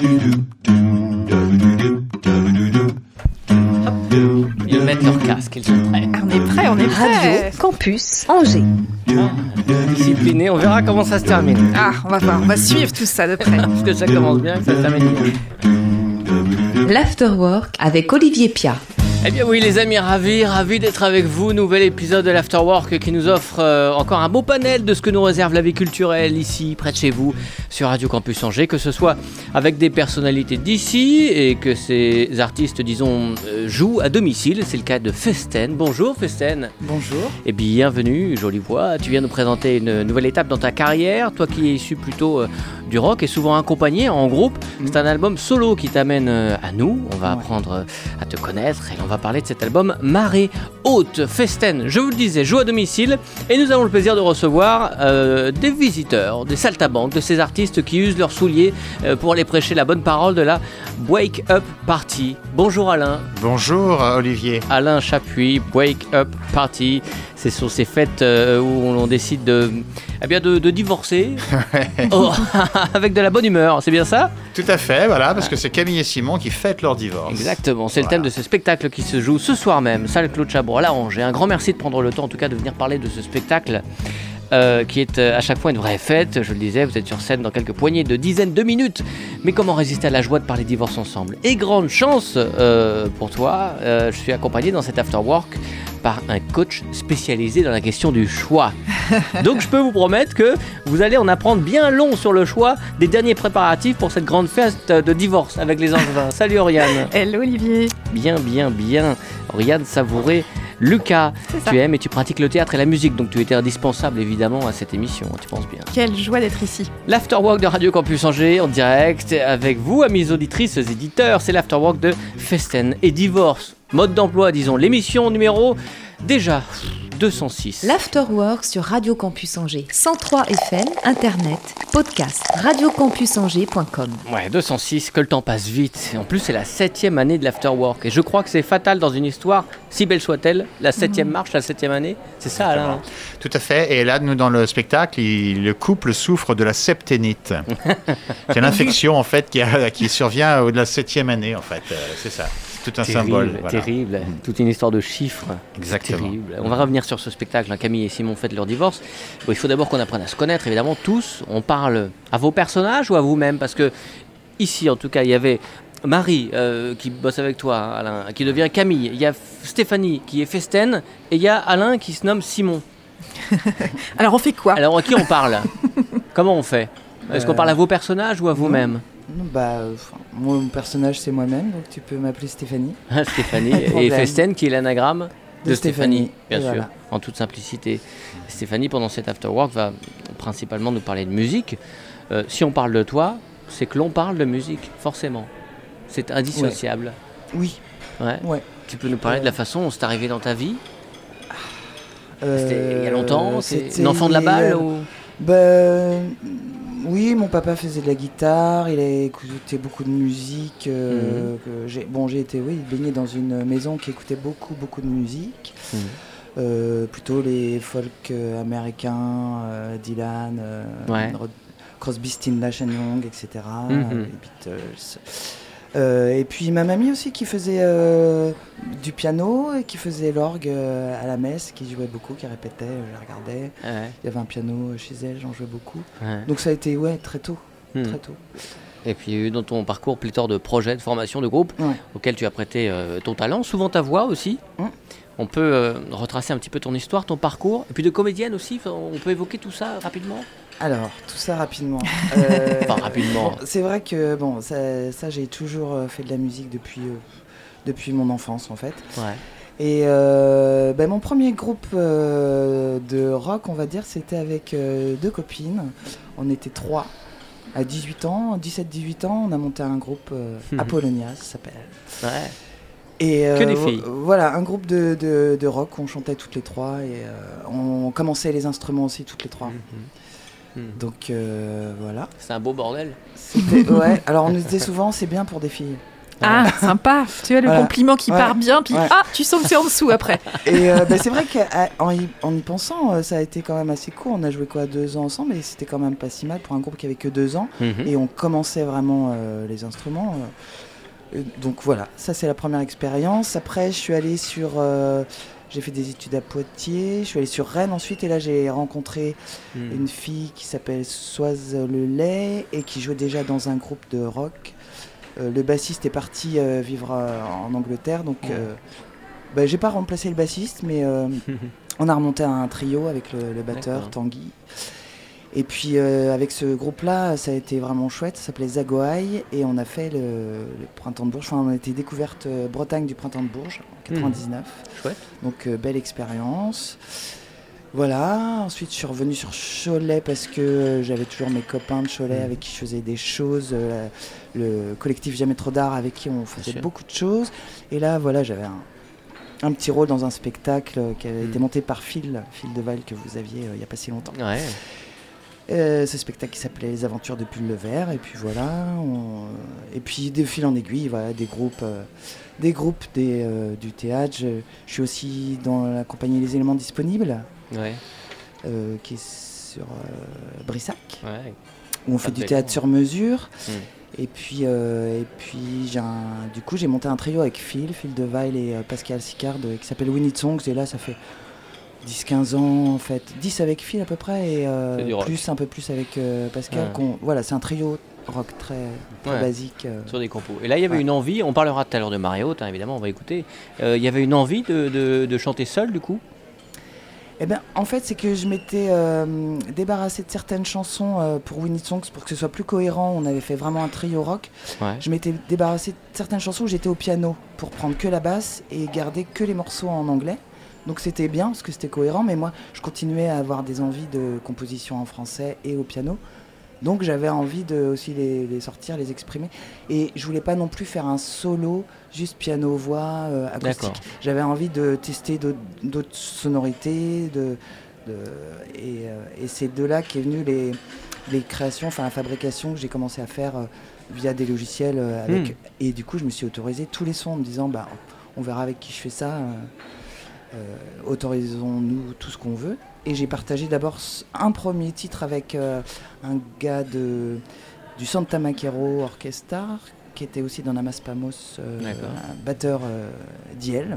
Ils mettent leur casque, ils sont prêts. On est prêts. Radio Campus Angers. Discipliné, on verra comment ça se termine. Ah, on va voir, on va suivre tout ça de près. Parce que ça commence bien, que ça se termine bien. L'Afterwork avec Olivier Pia. Eh bien oui les amis, ravi d'être avec vous. Nouvel épisode de l'Afterwork qui nous offre encore un beau panel de ce que nous réserve la vie culturelle ici, près de chez vous, sur Radio Campus Angers. Que ce soit avec des personnalités d'ici et que ces artistes, disons, jouent à domicile. C'est le cas de Festen. Bonjour Festen. Bonjour. Et bienvenue, jolie voix. Tu viens nous présenter une nouvelle étape dans ta carrière. Toi qui es issu plutôt du rock et souvent accompagné en groupe. C'est un album solo qui t'amène à nous. On va apprendre à te connaître et on va parler de cet album Marée Haute. Festen, je vous le disais, joue à domicile et nous avons le plaisir de recevoir des visiteurs, des saltabanques, de ces artistes qui usent leurs souliers pour aller prêcher la bonne parole de la Wake Up Party. Bonjour Alain. Bonjour Olivier. Alain Chapuis, Wake Up Party. C'est sur ces fêtes où on décide de divorcer avec de la bonne humeur, c'est bien ça ? Tout à fait, voilà, parce que c'est Camille et Simon qui fêtent leur divorce. Exactement, c'est le thème de ce spectacle qui se joue ce soir même, salle Claude Chabrol à Angers. Un grand merci de prendre le temps en tout cas de venir parler de ce spectacle qui est à chaque fois une vraie fête. Je le disais, vous êtes sur scène dans quelques poignées de dizaines de minutes. Mais comment résister à la joie de parler divorce ensemble ? Et grande chance pour toi, je suis accompagné dans cet afterwork par un coach spécialisé dans la question du choix. Donc je peux vous promettre que vous allez en apprendre bien long sur le choix des derniers préparatifs pour cette grande fête de divorce avec les Angevins. Salut Oriane. Hello Olivier. Bien. Oriane Savouré. Lucas, tu aimes et tu pratiques le théâtre et la musique, donc tu étais indispensable évidemment à cette émission, tu penses bien. Quelle joie d'être ici. L'Afterwork de Radio Campus Angers en direct avec vous, amis auditrices, éditeurs, c'est l'Afterwork de Festen et Divorce. Mode d'emploi, disons, l'émission numéro déjà 206. L'Afterwork sur Radio Campus Angers. 103 FM, Internet, podcast, radiocampusangers.com. Ouais, 206, que le temps passe vite. En plus, c'est la 7e année de l'Afterwork. Et je crois que c'est fatal dans une histoire, si belle soit-elle, la 7e marche, la 7e année. C'est ça, Alain ? Tout à fait. Et là, nous, dans le spectacle, le couple souffre de la septénite. C'est une infection, en fait, qui survient de la 7e année, en fait. C'est ça. Tout un symbole. Voilà. Terrible, toute une histoire de chiffres. Exactement. Terrible. On va revenir sur ce spectacle. Camille et Simon fêtent leur divorce. Bon, il faut d'abord qu'on apprenne à se connaître, évidemment, tous. On parle à vos personnages ou à vous-même ? Parce que ici, en tout cas, il y avait Marie qui bosse avec toi, hein, Alain, qui devient Camille. Il y a Stéphanie qui est Festen. Et il y a Alain qui se nomme Simon. Alors on fait quoi ? Alors à qui on parle ? Comment on fait ? Est-ce qu'on parle à vos personnages ou à vous-même ? Mon personnage c'est moi-même, donc tu peux m'appeler Stéphanie. Stéphanie, et Festen qui est l'anagramme de Stéphanie, bien sûr, voilà. En toute simplicité. Stéphanie, pendant cet afterwork, va principalement nous parler de musique. Si on parle de toi, c'est que l'on parle de musique, forcément. C'est indissociable. Oui. Ouais. Tu peux nous parler de la façon dont c'est arrivé dans ta vie ? C'était il y a longtemps ? C'est un enfant de la balle ou... Oui, mon papa faisait de la guitare, il a écouté beaucoup de musique. J'ai été baigné dans une maison qui écoutait beaucoup de musique. Plutôt les folk américains, Dylan, Crosby, Stills, Nash & Young, etc. Les Beatles. Et puis ma mamie aussi qui faisait du piano et qui faisait l'orgue à la messe, qui jouait beaucoup, qui répétait, je la regardais. Il y avait un piano chez elle, j'en jouais beaucoup. Donc ça a été très tôt. Très tôt. Et puis dans ton parcours, pléthore de projets, de formations, de groupes auxquels tu as prêté ton talent, souvent ta voix aussi. On peut retracer un petit peu ton histoire, ton parcours, et puis de comédienne aussi, on peut évoquer tout ça rapidement ? Alors, tout ça rapidement. Rapidement. Bon, c'est vrai que ça j'ai toujours fait de la musique depuis mon enfance en fait. Et mon premier groupe de rock, on va dire, c'était avec deux copines. On était 3 à 18 ans, 17-18 ans, on a monté un groupe Apollonia, ça s'appelle. Et que des filles. Voilà, un groupe de rock, on chantait toutes les 3 et on commençait les instruments aussi toutes les 3. Donc voilà. C'est un beau bordel. Alors on nous disait souvent, c'est bien pour des filles. Ah, sympa. Tu as le Voilà. compliment qui Ouais. part bien, puis Ouais. tu sens que c'est en dessous après. Et c'est vrai qu'en y pensant, ça a été quand même assez court. On a joué 2 ans ensemble, et c'était quand même pas si mal pour un groupe qui avait que 2 ans. Mhm. Et on commençait vraiment les instruments. Donc voilà, ça c'est la première expérience. Après, je suis allé j'ai fait des études à Poitiers, je suis allé sur Rennes ensuite, et là j'ai rencontré une fille qui s'appelle Soise Lelay et qui jouait déjà dans un groupe de rock. Le bassiste est parti vivre en Angleterre, donc j'ai pas remplacé le bassiste, mais on a remonté un trio avec le batteur D'accord. Tanguy. Et puis avec ce groupe-là, ça a été vraiment chouette, ça s'appelait Zagoaï, et on a fait le Printemps de Bourges, enfin on a été découverte Bretagne du Printemps de Bourges en 99. Chouette. Donc belle expérience. Voilà, ensuite je suis revenu sur Cholet parce que j'avais toujours mes copains de Cholet avec qui je faisais des choses, le collectif Jamais Trop d'Art avec qui on faisait sûr. beaucoup de choses. Et là voilà, j'avais un petit rôle dans un spectacle qui avait été monté par Phil Deval, que vous aviez il n'y a pas si longtemps. Ouais. Ce spectacle qui s'appelait Les Aventures de Pull le Vert, et puis voilà, et puis de fil en aiguille, voilà, des groupes, du théâtre. Je suis aussi dans la compagnie Les Éléments Disponibles, Ouais. qui est sur Brissac, Ouais. où on fait du belle théâtre nom. sur mesure. Et puis du coup j'ai monté un trio avec Phil Deval et Pascal Sicard qui s'appelle We Need Songs, et là ça fait 10-15 ans en fait, 10 avec Phil à peu près, et C'est du rock. un peu plus avec Pascal. Ouais. Voilà, c'est un trio rock très Ouais. basique. Sur des compos. Et là, il y avait Ouais. une envie, on parlera tout à l'heure de Marée Haute, évidemment, on va écouter. Il y avait une envie de chanter seul, du coup. Eh bien, en fait, c'est que je m'étais débarrassée de certaines chansons pour We Need Songs pour que ce soit plus cohérent. On avait fait vraiment un trio rock. Ouais. Je m'étais débarrassée de certaines chansons où j'étais au piano pour prendre que la basse et garder que les morceaux en anglais. Donc c'était bien parce que c'était cohérent, mais moi je continuais à avoir des envies de composition en français et au piano. Donc j'avais envie de aussi les sortir, les exprimer. Et je voulais pas non plus faire un solo, juste piano-voix acoustique. D'accord. J'avais envie de tester d'autres sonorités. Et c'est de là qu'est venue les créations, enfin la fabrication que j'ai commencé à faire via des logiciels. Et du coup je me suis autorisé tous les sons en me disant on verra avec qui je fais ça. Autorisons-nous tout ce qu'on veut. Et j'ai partagé d'abord un premier titre avec un gars du Santa Maquero Orchestra, qui était aussi dans Namas Pamos, un batteur d'IEL.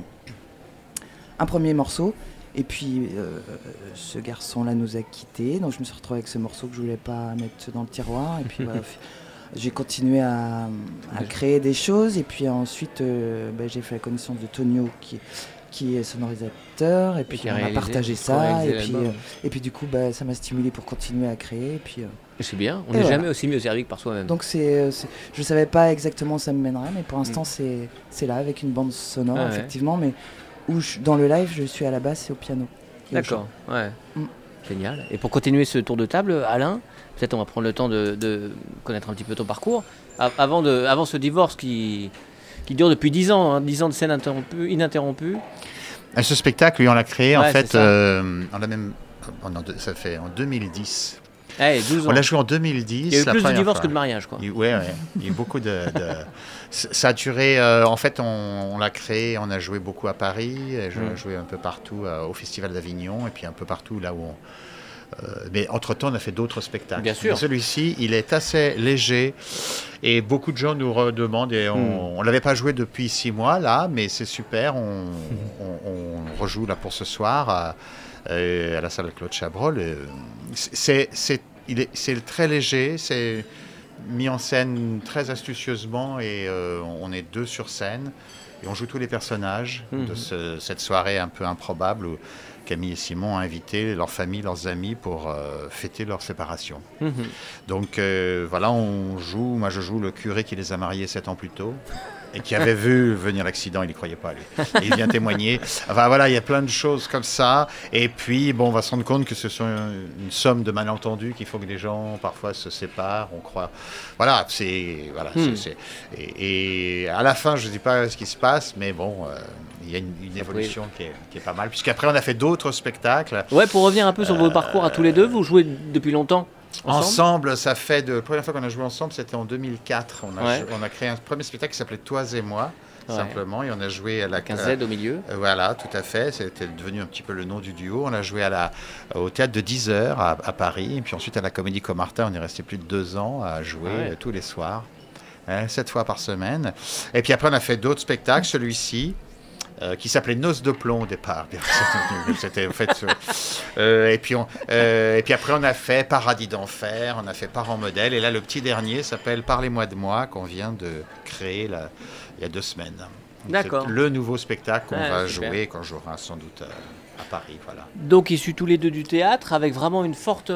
Un premier morceau, et puis ce garçon-là nous a quittés, donc je me suis retrouvé avec ce morceau que je voulais pas mettre dans le tiroir, et puis voilà, j'ai continué à créer des choses, et puis ensuite j'ai fait la connaissance de Tonio qui est sonorisateur, et puis qui a on a réalisé, partagé ça, co-réalisé l'album. et puis du coup ça m'a stimulé pour continuer à créer, et puis C'est bien, on Et n'est voilà. jamais aussi mieux servi que par soi-même. donc je savais pas exactement où ça me mènerait, mais pour l'instant c'est là avec une bande sonore, Ah ouais. effectivement, mais où dans le live je suis à la basse et au piano. Et au D'accord, ouais. Mm. Génial. Et pour continuer ce tour de table, Alain, peut-être on va prendre le temps de connaître un petit peu ton parcours. Avant ce divorce qui dure depuis 10 ans, hein, 10 ans de scène ininterrompue. Ce spectacle, lui, on l'a créé, en Ouais, fait, c'est ça. on l'a même, ça fait en 2010. 12 ans. On l'a joué en 2010. Il y a eu la plus de première divorces fois. que de mariages, quoi. Il y a eu beaucoup ça a duré. En fait, on l'a créé, on a joué beaucoup à Paris, et je joué un peu partout au Festival d'Avignon, et puis un peu partout là où mais entre-temps, on a fait d'autres spectacles. Bien sûr. Mais celui-ci, il est assez léger, et beaucoup de gens nous redemandent, et on ne l'avait pas joué depuis 6 mois, là, mais c'est super, on rejoue là pour ce soir à la salle Claude Chabrol. C'est très léger, c'est mis en scène très astucieusement, et on est 2 sur scène, et on joue tous les personnages de cette soirée un peu improbable où Camille et Simon ont invité leurs familles, leurs amis pour fêter leur séparation. Donc voilà, moi je joue le curé qui les a mariés 7 ans plus tôt, et qui avait vu venir l'accident, il n'y croyait pas, lui. Et il vient témoigner. Enfin voilà, il y a plein de choses comme ça. Et puis, on va se rendre compte que ce sont une somme de malentendus, qu'il faut que les gens, parfois, se séparent, on croit. Voilà, et à la fin, je ne dis pas ce qui se passe, mais il y a une évolution qui est pas mal. Puisqu'après, on a fait d'autres spectacles. Ouais, pour revenir un peu sur vos parcours à tous les deux, vous jouez depuis longtemps. Ensemble, ça fait la première fois qu'on a joué ensemble, c'était en 2004. Ouais. On a créé un premier spectacle qui s'appelait Toi et moi, simplement, et on a joué à la 15Z au milieu. Voilà, tout à fait. C'était devenu un petit peu le nom du duo. On a joué au théâtre de 10 heures à Paris, et puis ensuite à la Comédie Comartin. On est resté plus de 2 ans à jouer tous les soirs, 7 fois par semaine. Et puis après, on a fait d'autres spectacles. Celui-ci. Qui s'appelait Noces de plomb au départ. C'était en fait. Et puis après on a fait Paradis d'enfer, on a fait Parents modèles, et là le petit dernier s'appelle Parlez-moi de moi qu'on vient de créer il y a 2 semaines. Donc, D'accord. c'est le nouveau spectacle qu'on va super. jouer, qu'on jouera sans doute à Paris, voilà. Donc issus tous les deux du théâtre, avec vraiment une forte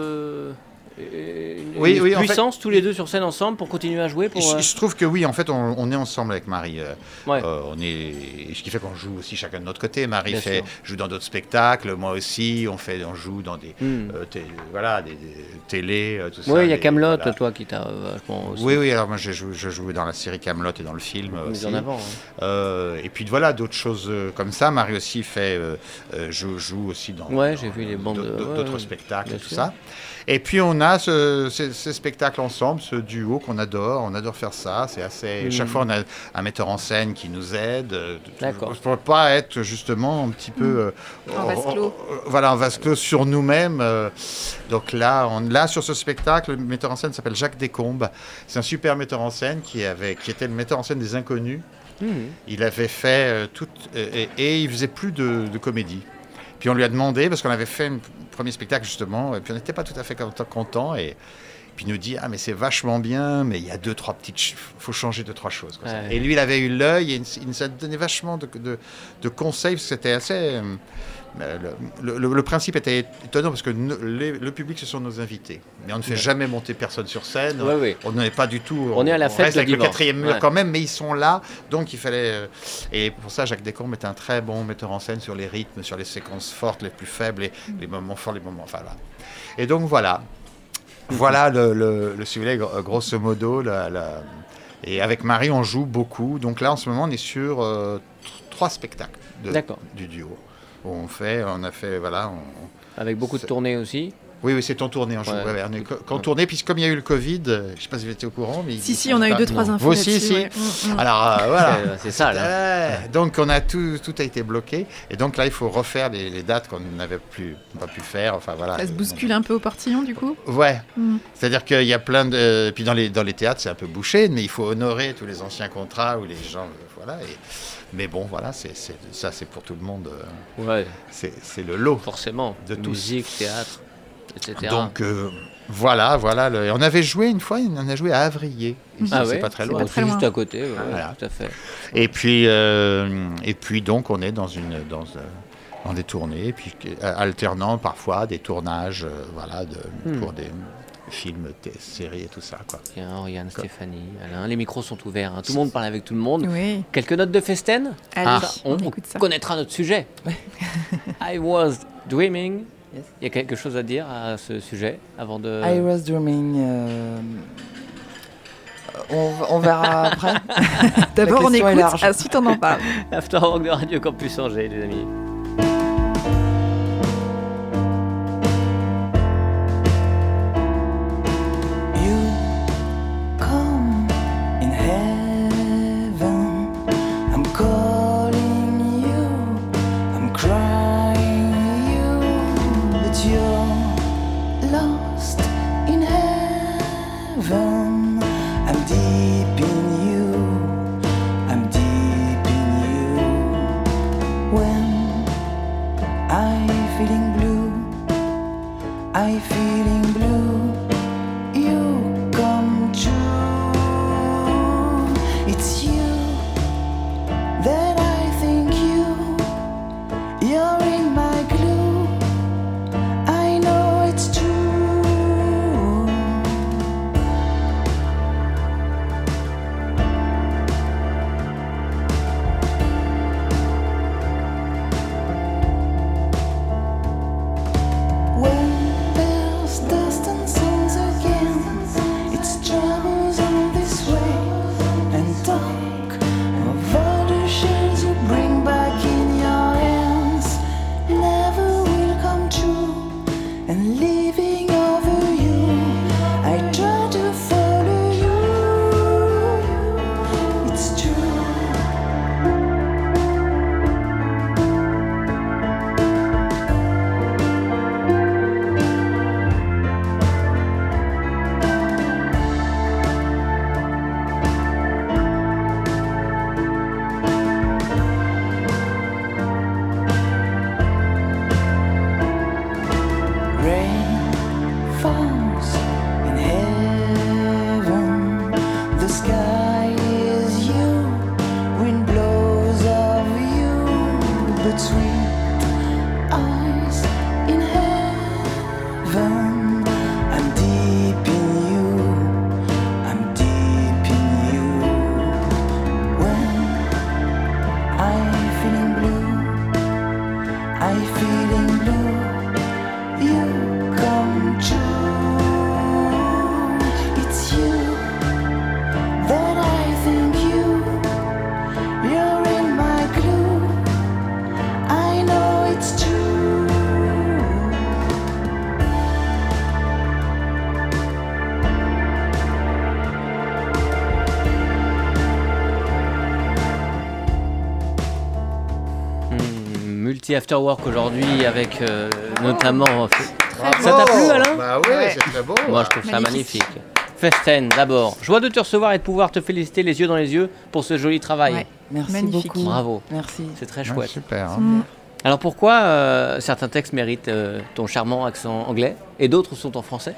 Oui, en puissance, tous les deux sur scène ensemble pour continuer à jouer. Il se trouve que oui, en fait, on est ensemble avec Marie. Ouais. Ce qui fait qu'on joue aussi chacun de notre côté. Marie Bien sûr. joue dans d'autres spectacles, moi aussi. On joue dans des, des télés, tout ça. Oui, il y a Kaamelott, voilà. toi qui t'as vachement aussi Oui, alors moi je joue dans la série Kaamelott et dans le film mis aussi. en avant. Hein. Et puis voilà, d'autres choses comme ça. Marie aussi joue aussi dans J'ai vu les bandes d'autres spectacles, bien tout sûr. ça. Et puis on a ces spectacles ensemble, ce duo qu'on adore. On adore faire ça. C'est assez. Chaque fois on a un metteur en scène qui nous aide. D'accord. Pour ne pas être justement un petit peu En vase clos. Voilà, en vase clos sur nous-mêmes. Donc là, sur ce spectacle, le metteur en scène s'appelle Jacques Descombes. C'est un super metteur en scène qui était le metteur en scène des Inconnus. Il avait fait et il faisait plus de comédie. Puis on lui a demandé, parce qu'on avait fait un premier spectacle justement, et puis on n'était pas tout à fait content, et puis il nous dit mais c'est vachement bien, mais il y a 2-3 petites, faut changer 2-3 choses. Quoi, ça. Et lui il avait eu l'œil, et il nous a donné vachement de conseils, parce que c'était assez. Le principe était étonnant parce que le public ce sont nos invités, mais on ne fait jamais monter personne sur scène. On n'est pas du tout. On est à la fête reste avec dimanche. le 4e mur quand même, mais ils sont là, donc il fallait. Et pour ça, Jacques Descombes est un très bon metteur en scène sur les rythmes, sur les séquences fortes, les plus faibles, les moments forts, les moments. Enfin là. Et donc voilà, le sujet grosso modo. Et avec Marie, on joue beaucoup. Donc là, en ce moment, on est sur 3 spectacles du duo. On a fait, voilà. Avec beaucoup de tournées aussi. Oui, c'est en tournée. On est en tournée, puis comme il y a eu le Covid, je ne sais pas si vous étiez au courant, mais... Si, on a eu 2-3 infos. Vous aussi, si. Ouais. Alors, voilà. C'est ça, là. Donc, tout a été bloqué. Et donc, là, il faut refaire les dates qu'on n'avait pas pu faire. Enfin, voilà. Ça se bouscule un peu au portillon, du coup. Ouais. C'est-à-dire qu'il y a plein de... Puis dans les théâtres, c'est un peu bouché, mais il faut honorer tous les anciens contrats où les gens... Voilà. Mais bon, voilà, ça, c'est pour tout le monde. C'est le lot. Forcément. De tous. Musique, théâtre, etc. Donc, voilà. On avait joué une fois, on a joué à Avrier. C'est pas très loin. C'est juste à côté, voilà. tout à fait. Et puis donc, on est dans des tournées, et puis alternant parfois des tournages pour des films, des séries et tout ça. Quoi. Bien, Oriane, Stéphanie, Alain, les micros sont ouverts. Tout le monde parle avec tout le monde. Oui. Quelques notes de Festen. Allez, on écoute ça. connaîtra notre sujet. I was dreaming. Yes. Il y a quelque chose à dire à ce sujet avant de... I was dreaming. On verra après. D'abord on écoute, large. ensuite on en parle. After Work de Radio Campus Angers, les amis. sky is you, wind blows of you, but sweet eyes in heaven. I'm deep in you, I'm deep in you. When I'm feeling blue, I'm feeling blue, you come true. It's you that I think you're in my glue. I know it's true. Multi-afterwork aujourd'hui avec notamment... Bravo. Ça t'a plu, Alain? Bah oui, Ouais. c'est très beau. Moi, je trouve ça magnifique. Festen, d'abord. Joie de te recevoir et de pouvoir te féliciter les yeux dans les yeux pour ce joli travail. Ouais. Merci Magnifique. beaucoup. Bravo, Merci. c'est très Ouais, chouette. super. Hein. Mm. Alors pourquoi certains textes méritent ton charmant accent anglais et d'autres sont en français?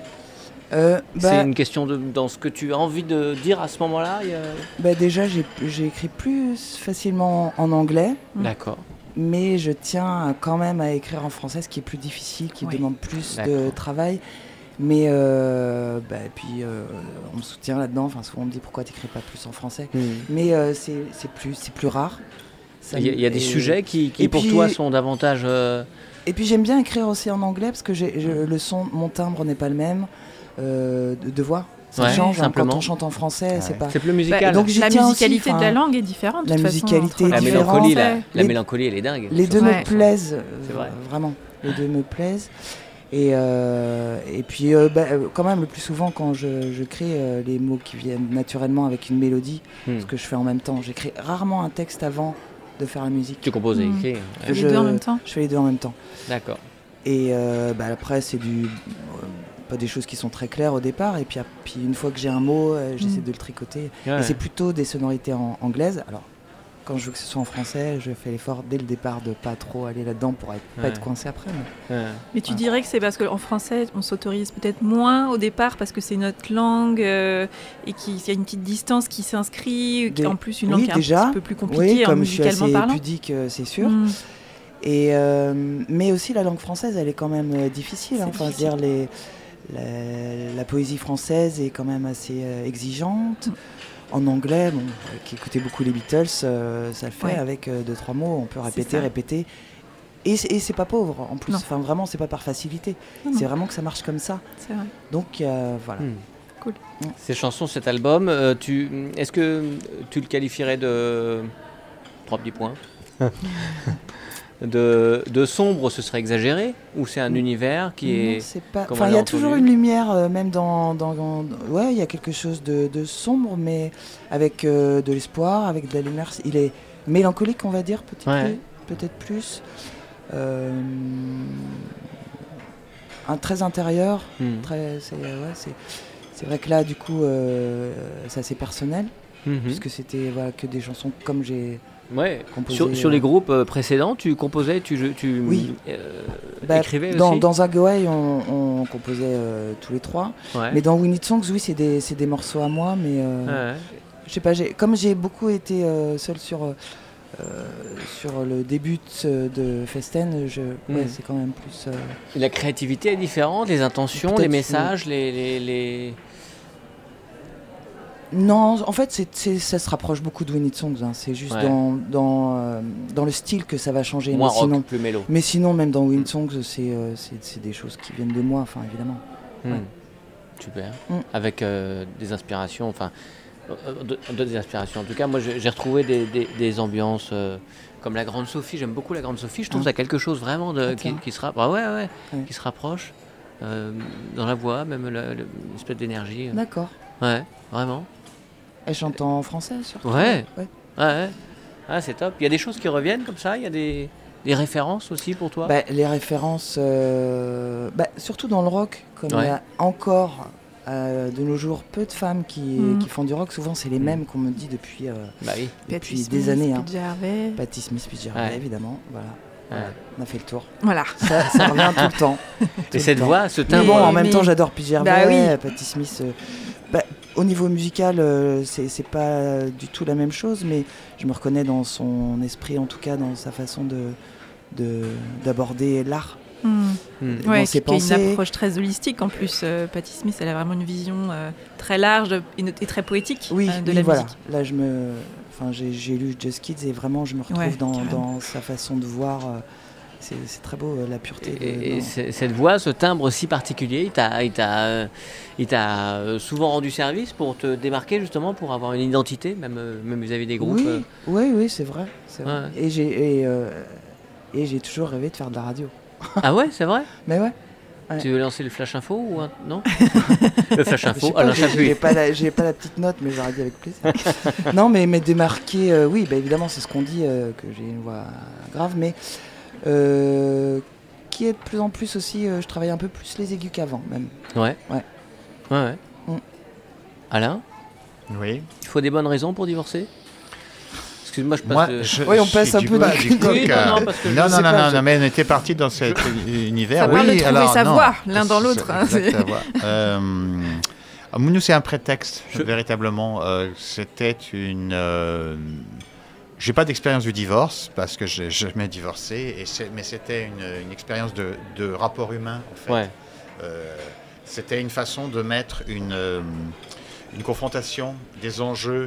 C'est une question dans ce que tu as envie de dire à ce moment-là Déjà, j'ai écrit plus facilement en anglais, D'accord. mais je tiens quand même à écrire en français, ce qui est plus difficile, qui Oui. demande plus de D'accord. travail. Mais puis on me soutient là-dedans. Enfin, souvent on me dit pourquoi t'écris pas plus en français. Mais c'est plus rare. Ça Il y a des et- sujets qui et pour puis- toi sont davantage... Et puis j'aime bien écrire aussi en anglais parce que le son, mon timbre n'est pas le même de voix. Ça Ouais, change hein, simplement. quand on chante en français. Ouais. C'est pas. C'est plus musical. donc j'y La tiens musicalité aussi, de la enfin, langue est différente. de la toute façon, musicalité entre est la le mélancolie, français. la Les- mélancolie, elle est dingue. Les deux Ouais. me plaisent, C'est vrai. vraiment. Les deux me plaisent. Et puis, quand même, le plus souvent, quand je crée les mots qui viennent naturellement avec une mélodie, ce que je fais en même temps, j'écris rarement un texte avant de faire la musique. Tu composes et Mm. écris. Les deux en même temps. Je fais les deux en même temps. D'accord. Et après, c'est pas des choses qui sont très claires au départ. Et puis une fois que j'ai un mot, j'essaie de le tricoter. Ouais. Et c'est plutôt des sonorités anglaises. Alors, quand je veux que ce soit en français, je fais l'effort dès le départ de pas trop aller là-dedans pour pas être coincé après. Ouais. Mais tu dirais que c'est parce qu'en français, on s'autorise peut-être moins au départ parce que c'est notre langue et qu'il y a une petite distance qui s'inscrit. En plus, une langue Oui, qui est déjà. un petit peu plus compliquée Oui, comme je suis musicalement assez parlant. pudique, c'est sûr. Mm. Et, mais aussi la langue française, elle est quand même difficile. C'est Enfin, difficile. dire la poésie française est quand même assez exigeante. En anglais, qui écoutait beaucoup les Beatles, ça le fait Ouais. avec 2-3 mots. On peut C'est répéter. Et c'est pas pauvre en plus. Non. Enfin, vraiment, c'est pas par facilité. Non, C'est non. vraiment que ça marche comme ça. C'est vrai. Donc voilà. Cool. Ces chansons, cet album, est-ce que tu le qualifierais de 3 petits points de sombre, ce serait exagéré, ou c'est un univers qui Non, est c'est pas. comme Enfin, on il y l'a a toujours entendu. une lumière, même ouais, il y a quelque chose de sombre, mais avec de l'espoir, avec de la lumière. Il est mélancolique, on va dire, peut-être plus. Très intérieur. C'est vrai que là, du coup, c'est assez personnel, puisque c'était que des chansons comme j'ai. Ouais. composé. Sur les groupes précédents, tu composais, Oui. écrivais dans, aussi. dans Agaway, on composait tous les trois. Ouais. Mais dans We Need Songs, oui, c'est des morceaux à moi, mais Ouais. je sais pas, comme j'ai beaucoup été seule sur le début de Festen, c'est quand même plus... La créativité est différente, les intentions, Peut-être, les messages, les... Non, en fait, ça se rapproche beaucoup de We Need Songs. Hein. C'est juste Ouais. dans le style que ça va changer. moins mais rock, sinon, plus mélo. mais sinon, même dans We Need Songs, c'est des choses qui viennent de moi, enfin, évidemment. Ouais. Super. Mm. Avec des inspirations, enfin, des inspirations. En tout cas, moi, j'ai retrouvé des ambiances comme la Grande Sophie. J'aime beaucoup la Grande Sophie. Je trouve Ah. que ça a quelque chose vraiment Ah, tiens. qui se rapproche. Ouais. Qui se rapproche dans la voix, même une espèce d'énergie. D'accord. Ouais, vraiment. Elle chante en français, surtout. Ouais. Ouais. Ouais. Ah, c'est top. Il y a des choses qui reviennent comme ça. Il y a des références aussi pour toi. Les références, surtout dans le rock, comme il Ouais. y a encore de nos jours peu de femmes qui font du rock, souvent c'est les mêmes qu'on me dit depuis Bah oui. depuis Patti des Smith, années. Pete Gervais. Patti Smith, Pete Gervais, Ouais. évidemment. Voilà. Ouais. On a fait le tour. Voilà. Ça revient tout le temps. Et cette voix, ce Mais timbre. bon, en même mais- temps, j'adore Pete Gervais, Bah oui. Patti Smith. au niveau musical, c'est pas du tout la même chose, mais je me reconnais dans son esprit, en tout cas dans sa façon d'aborder l'art. Ouais, qui a une approche très holistique en plus. Patti Smith, elle a vraiment une vision très large et très poétique de la musique. Là, j'ai lu Just Kids et vraiment je me retrouve dans sa façon de voir. C'est très beau, la pureté. Cette voix, ce timbre si particulier, il t'a souvent rendu service pour te démarquer, justement, pour avoir une identité, même vis-à-vis des groupes. Oui, c'est vrai. Ouais. Et j'ai toujours rêvé de faire de la radio. Ah ouais, c'est vrai? Mais ouais. Tu veux lancer le Flash Info ou non? Le Flash Info, Alain Chapuis. J'ai pas la petite note, mais j'aurais dit avec plaisir. Non, mais démarquer, oui, évidemment, c'est ce qu'on dit, que j'ai une voix grave, mais qui est de plus en plus aussi, je travaille un peu plus les aigus qu'avant, même. Ouais. Alain? Oui. Il faut des bonnes raisons pour divorcer? Excuse-moi, on passe un peu du coq. Non, mais on était parti dans cet univers. Ça parle de trouver sa voix l'un dans l'autre. Nous, c'est un prétexte, véritablement. C'était une... J'ai pas d'expérience du divorce, parce que j'ai jamais divorcé, mais c'était une expérience de rapport humain, en fait. Ouais. C'était une façon de mettre une confrontation des enjeux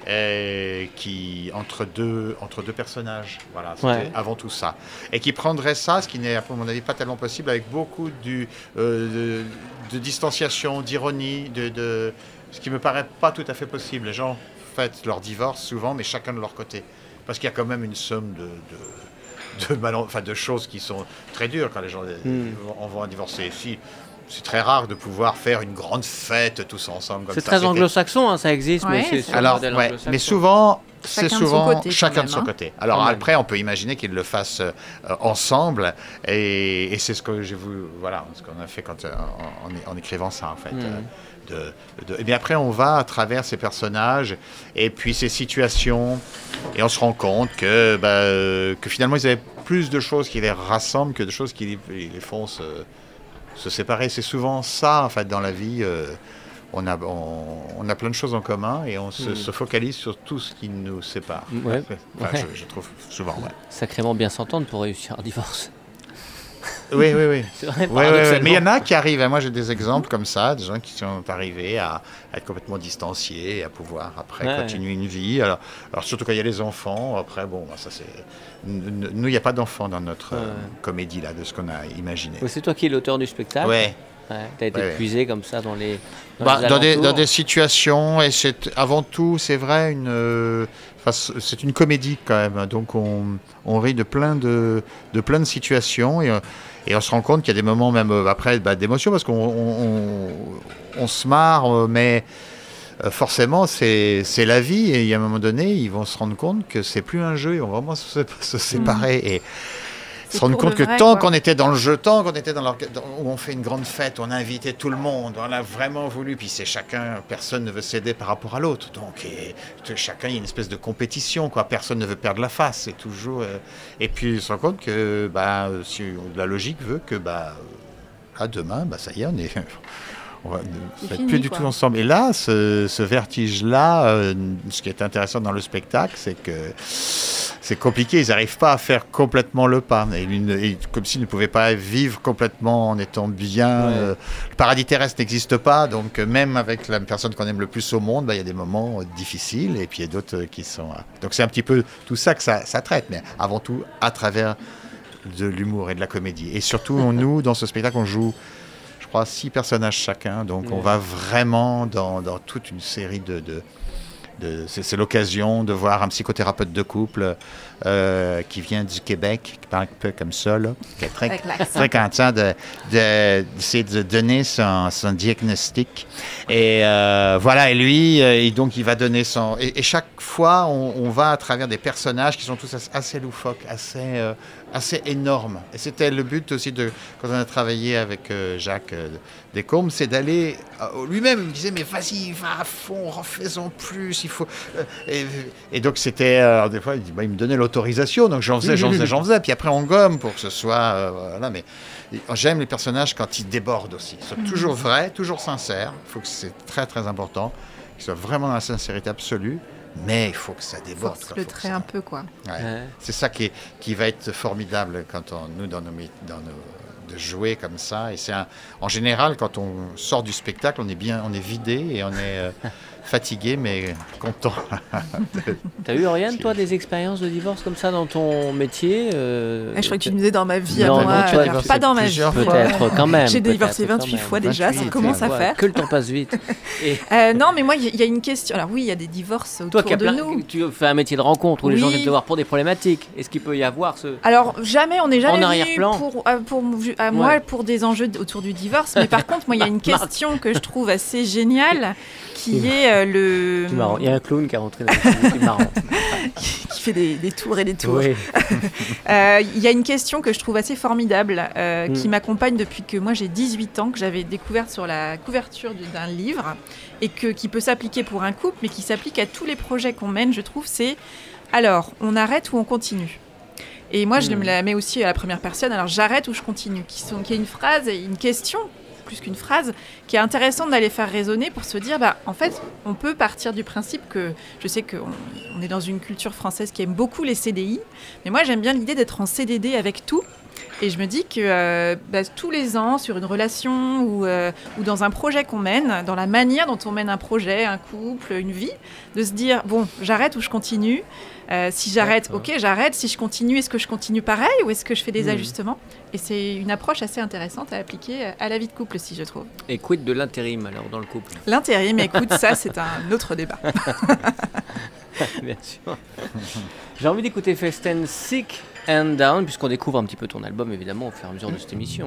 entre deux personnages, voilà, c'était avant tout ça, et qui prendrait ça, ce qui n'est à mon avis pas tellement possible, avec beaucoup de distanciation, d'ironie, ce qui me paraît pas tout à fait possible. Les gens fêtent leur divorce souvent, mais chacun de leur côté, parce qu'il y a quand même une somme de choses qui sont très dures quand les gens vont divorcer. C'est très rare de pouvoir faire une grande fête tous ensemble comme ça. C'est très anglo-saxon, ça existe, mais mais souvent, chacun de son même, côté. Alors après, on peut imaginer qu'ils le fassent ensemble, et c'est ce que j'ai voulu, ce qu'on a fait en écrivant ça, en fait. Et bien après, on va à travers ces personnages et puis ces situations, et on se rend compte que finalement, ils avaient plus de choses qui les rassemblent que de choses qui les font se séparer. C'est souvent ça, en fait, dans la vie. On a plein de choses en commun et on se focalise sur tout ce qui nous sépare. Je trouve souvent. Sacrément bien s'entendre pour réussir un divorce. Oui. C'est vrai, Mais il y en a qui arrivent. Moi, j'ai des exemples comme ça, des gens qui sont arrivés à être complètement distanciés et à pouvoir après continuer une vie. Alors surtout quand il y a les enfants. Après, ça c'est. Nous, il n'y a pas d'enfants dans notre comédie là, de ce qu'on a imaginé. C'est toi qui es l'auteur du spectacle. T'as été puisé comme ça dans les dans des situations, et avant tout, c'est vrai, c'est une comédie quand même, donc on rit de plein de situations, et on se rend compte qu'il y a des moments même après d'émotion, parce qu'on se marre, mais forcément c'est la vie, et il y a un moment donné ils vont se rendre compte que c'est plus un jeu, ils vont vraiment se séparer et se rendre compte que tant qu'on était dans le jeu, tant qu'on était où on fait une grande fête, on a invité tout le monde, on a vraiment voulu, puis c'est personne ne veut céder par rapport à l'autre, donc chacun, il y a une espèce de compétition, personne ne veut perdre la face, c'est toujours et puis on se rend compte que si la logique veut que demain, ça y est, on va être plus du tout ensemble. Et là, ce vertige-là, ce qui est intéressant dans le spectacle, c'est que c'est compliqué, ils n'arrivent pas à faire complètement le pas. Et comme s'ils ne pouvaient pas vivre complètement en étant bien. Le paradis terrestre n'existe pas, donc même avec la personne qu'on aime le plus au monde, il y a des moments difficiles, et puis il y a d'autres qui sont... Donc c'est un petit peu tout ça que ça traite, mais avant tout à travers de l'humour et de la comédie. Et surtout, nous, dans ce spectacle, on joue... 6 personnages chacun, donc on va vraiment dans toute une série c'est l'occasion de voir un psychothérapeute de couple qui vient du Québec, qui parle un peu comme ça, là, qui est très content d'essayer de donner son diagnostic. Et et lui, et donc il va donner et chaque fois, on va à travers des personnages qui sont tous assez loufoques, assez énorme. Et c'était le but aussi quand on a travaillé avec Jacques Descombes, c'est d'aller... lui-même, il me disait, mais vas-y, va à fond, refais-en plus, il faut... et donc c'était... des fois, il me donnait l'autorisation, donc j'en faisais. Puis après, on gomme pour que ce soit... voilà, mais j'aime les personnages quand ils débordent aussi. Ils sont toujours vrais, toujours sincères. Il faut que c'est très, très important. Qu'ils soient vraiment dans la sincérité absolue. Mais il faut que ça déborde. Faut se le trait un peu, quoi. Ouais. C'est ça qui va être formidable quand nous, de jouer comme ça. Et en général, quand on sort du spectacle, on est vidé et on est fatigué, mais content. T'as eu, Oriane, toi, des expériences de divorce comme ça dans ton métier Je crois que tu me disais dans ma vie. Non, pas dans ma vie. Peut-être, quand même. J'ai divorcé 28 fois déjà, ça commence à faire. Que le temps passe vite. Non, mais moi, il y a une question. Alors oui, il y a des divorces autour de nous. Tu fais un métier de rencontre où les gens viennent te voir pour des problématiques. Est-ce qu'il peut y avoir ce... Alors, on n'est jamais en arrière-plan moi pour des enjeux autour du divorce. Mais par contre, moi, il y a une question que je trouve assez géniale qui est C'est marrant. Il y a un clown qui est rentré dans le film, c'est marrant. qui fait des tours et des tours. Oui. Il y a une question que je trouve assez formidable, qui m'accompagne depuis que moi j'ai 18 ans, que j'avais découverte sur la couverture d'un livre, et qui peut s'appliquer pour un couple, mais qui s'applique à tous les projets qu'on mène, je trouve, c'est alors, on arrête ou on continue ? Et moi, je me la mets aussi à la première personne, alors j'arrête ou je continue, qui est une phrase et une question, plus qu'une phrase, qui est intéressante d'aller faire résonner pour se dire, en fait, on peut partir du principe que, je sais qu'on est dans une culture française qui aime beaucoup les CDI, mais moi j'aime bien l'idée d'être en CDD avec tout, et je me dis que tous les ans, sur une relation ou dans un projet qu'on mène, dans la manière dont on mène un projet, un couple, une vie, de se dire, bon, j'arrête ou je continue. Si j'arrête, ok, j'arrête. Si je continue, est-ce que je continue pareil ou est-ce que je fais des ajustements ? Et c'est une approche assez intéressante à appliquer à la vie de couple aussi, je trouve. Et quid de l'intérim alors dans le couple ? L'intérim, écoute, ça c'est un autre débat. Bien sûr. J'ai envie d'écouter Festen Sick and Down, puisqu'on découvre un petit peu ton album évidemment au fur et à mesure de cette émission.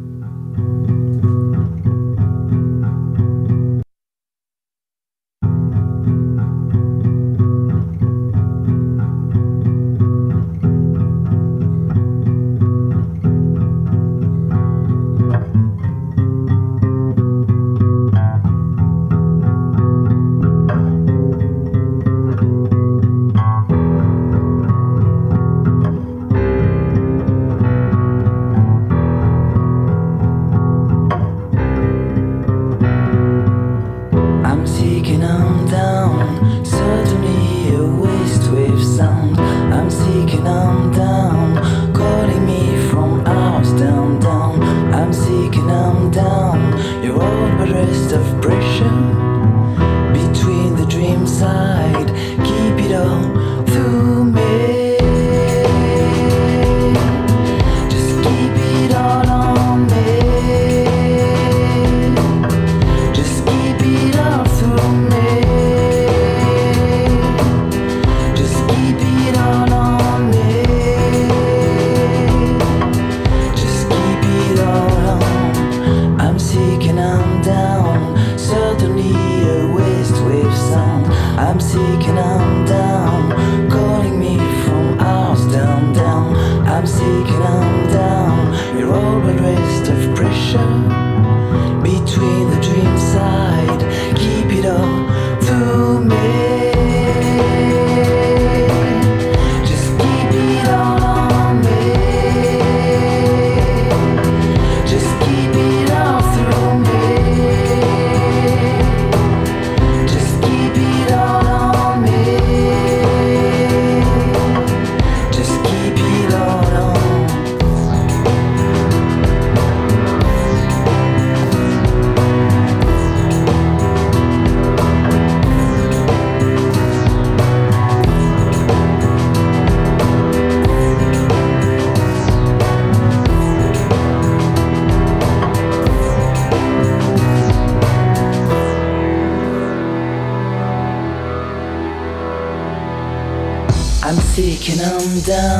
Taking them down,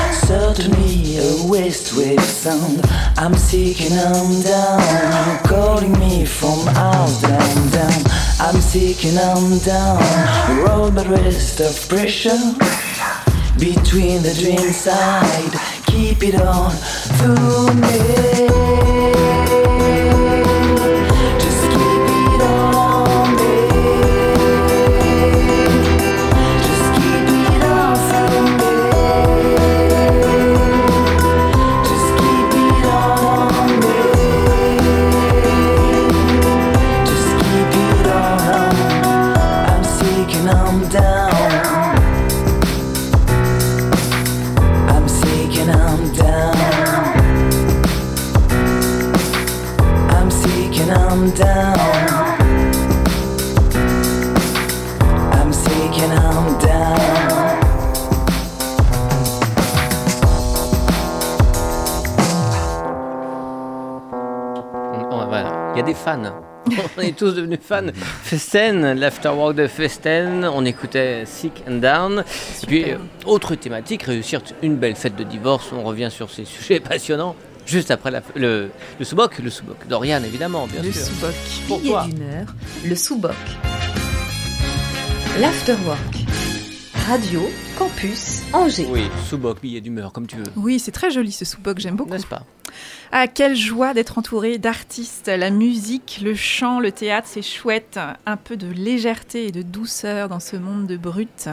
certainly a waste wave sound. I'm taking them down, calling me from house down, down. I'm taking them down, roll the rest of pressure between the dream side. keep it on through me. Just keep it on me. Just keep it on through me. Just keep it on me. Just keep it on. I'm sick and I'm down. I'm sick and I'm down. I'm sick and I'm down. I'm sick and I'm down. Voilà. Il y a des fans. On est tous devenus fans. Festen, l'afterwork de Festen, on écoutait Sick and Down. Et puis, autre thématique, réussir une belle fête de divorce. On revient sur ces sujets passionnants. Juste après le sous-boc d'Oriane, évidemment, bien Le sûr. sous-boc. Pour Billet toi. d'humeur, le sous-boc. L'afterwork. Radio Campus Angers. Oui, sous-boc, billet d'humeur, comme tu veux. Oui, c'est très joli ce sous-boc, j'aime beaucoup. N'est-ce pas? Ah, quelle joie d'être entouré d'artistes. La musique, le chant, le théâtre, c'est chouette. Un peu de légèreté et de douceur dans ce monde de brut.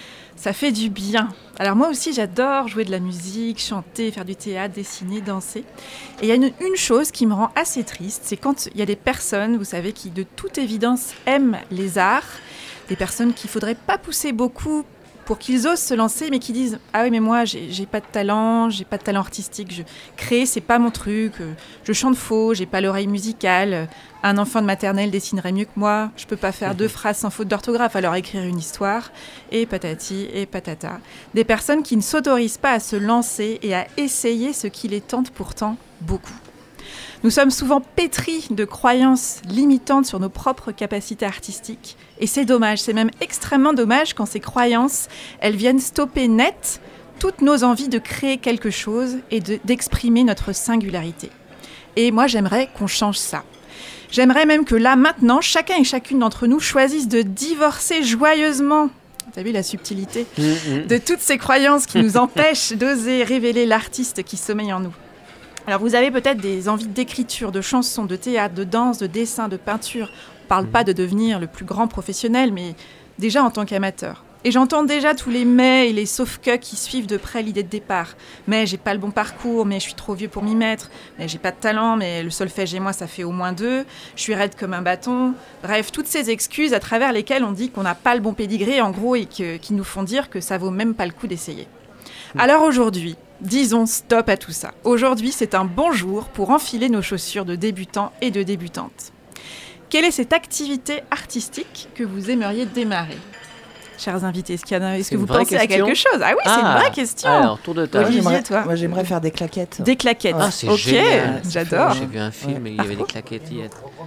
Ça fait du bien. Alors moi aussi, j'adore jouer de la musique, chanter, faire du théâtre, dessiner, danser. Et il y a une chose qui me rend assez triste, c'est quand il y a des personnes, vous savez, qui de toute évidence aiment les arts, des personnes qu'il ne faudrait pas pousser beaucoup pour qu'ils osent se lancer, mais qui disent « Ah oui, mais moi, j'ai pas de talent artistique, créer, c'est pas mon truc, je chante faux, j'ai pas l'oreille musicale, un enfant de maternelle dessinerait mieux que moi, je peux pas faire 2 phrases sans faute d'orthographe, alors écrire une histoire, et patati et patata. » Des personnes qui ne s'autorisent pas à se lancer et à essayer ce qui les tente pourtant beaucoup. Nous sommes souvent pétris de croyances limitantes sur nos propres capacités artistiques. Et c'est dommage, c'est même extrêmement dommage quand ces croyances, elles viennent stopper net toutes nos envies de créer quelque chose et d'exprimer notre singularité. Et moi, j'aimerais qu'on change ça. J'aimerais même que là, maintenant, chacun et chacune d'entre nous choisisse de divorcer joyeusement. T'as vu la subtilité de toutes ces croyances qui nous empêchent d'oser révéler l'artiste qui sommeille en nous. Alors vous avez peut-être des envies d'écriture, de chansons, de théâtre, de danse, de dessin, de peinture. On ne parle pas de devenir le plus grand professionnel, mais déjà en tant qu'amateur. Et j'entends déjà tous les mais et les sauf-que qui suivent de près l'idée de départ. Mais j'ai pas le bon parcours, mais je suis trop vieux pour m'y mettre. Mais j'ai pas de talent, mais le solfège et moi ça fait au moins 2. Je suis raide comme un bâton. Bref, toutes ces excuses à travers lesquelles on dit qu'on n'a pas le bon pédigré en gros et qui nous font dire que ça vaut même pas le coup d'essayer. Alors aujourd'hui, disons stop à tout ça. Aujourd'hui, c'est un bon jour pour enfiler nos chaussures de débutants et de débutantes. Quelle est cette activité artistique que vous aimeriez démarrer ? Chers invités, est-ce que vous pensez à quelque chose ? Ah oui, c'est une vraie question. Alors, tour de table. Olivier, toi ? Moi, j'aimerais faire des claquettes. Des claquettes. Ah, c'est ok, génial. j'adore. J'ai vu un film et il y avait des claquettes hier.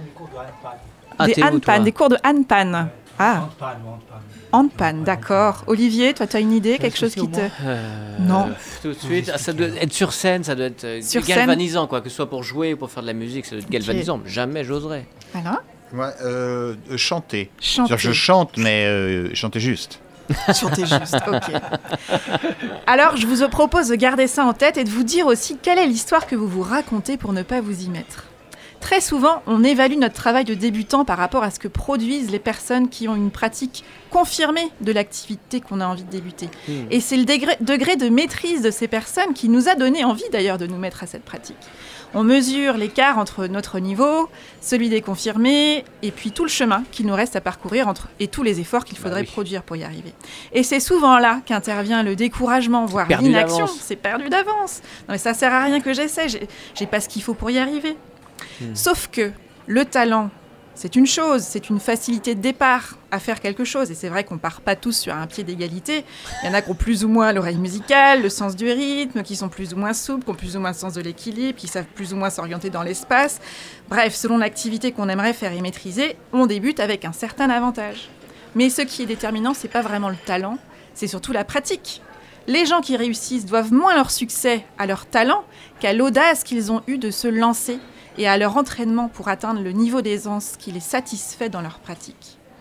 Des t'es où, handpan, toi des cours de handpan. Ah, handpan, d'accord. Olivier, toi, tu as une idée, quelque chose qui te... Non. Tout de suite, ça doit être sur scène, ça doit être Sur galvanisant, quoi, que ce soit pour jouer ou pour faire de la musique, ça doit être galvanisant. Jamais j'oserais. Alors ? Ouais, chanter. Chanter. C'est-à-dire, je chante, mais chanter juste. Chanter juste, ok. Alors, je vous propose de garder ça en tête et de vous dire aussi quelle est l'histoire que vous vous racontez pour ne pas vous y mettre. Très souvent, on évalue notre travail de débutant par rapport à ce que produisent les personnes qui ont une pratique confirmée de l'activité qu'on a envie de débuter. Et c'est le degré de maîtrise de ces personnes qui nous a donné envie d'ailleurs de nous mettre à cette pratique. On mesure l'écart entre notre niveau, celui des confirmés, et puis tout le chemin qu'il nous reste à parcourir et tous les efforts qu'il faudrait produire pour y arriver. Et c'est souvent là qu'intervient le découragement, voire l'inaction. C'est perdu d'avance. Non mais ça sert à rien que j'essaie, j'ai pas ce qu'il faut pour y arriver. Sauf que le talent, c'est une chose, c'est une facilité de départ à faire quelque chose. Et c'est vrai qu'on part pas tous sur un pied d'égalité. Il y en a qui ont plus ou moins l'oreille musicale, le sens du rythme, qui sont plus ou moins souples, qui ont plus ou moins le sens de l'équilibre, qui savent plus ou moins s'orienter dans l'espace. Bref, selon l'activité qu'on aimerait faire et maîtriser, on débute avec un certain avantage. Mais ce qui est déterminant, c'est pas vraiment le talent, c'est surtout la pratique. Les gens qui réussissent doivent moins leur succès à leur talent qu'à l'audace qu'ils ont eue de se lancer et à leur entraînement pour atteindre le niveau d'aisance qui les satisfait dans leur pratique.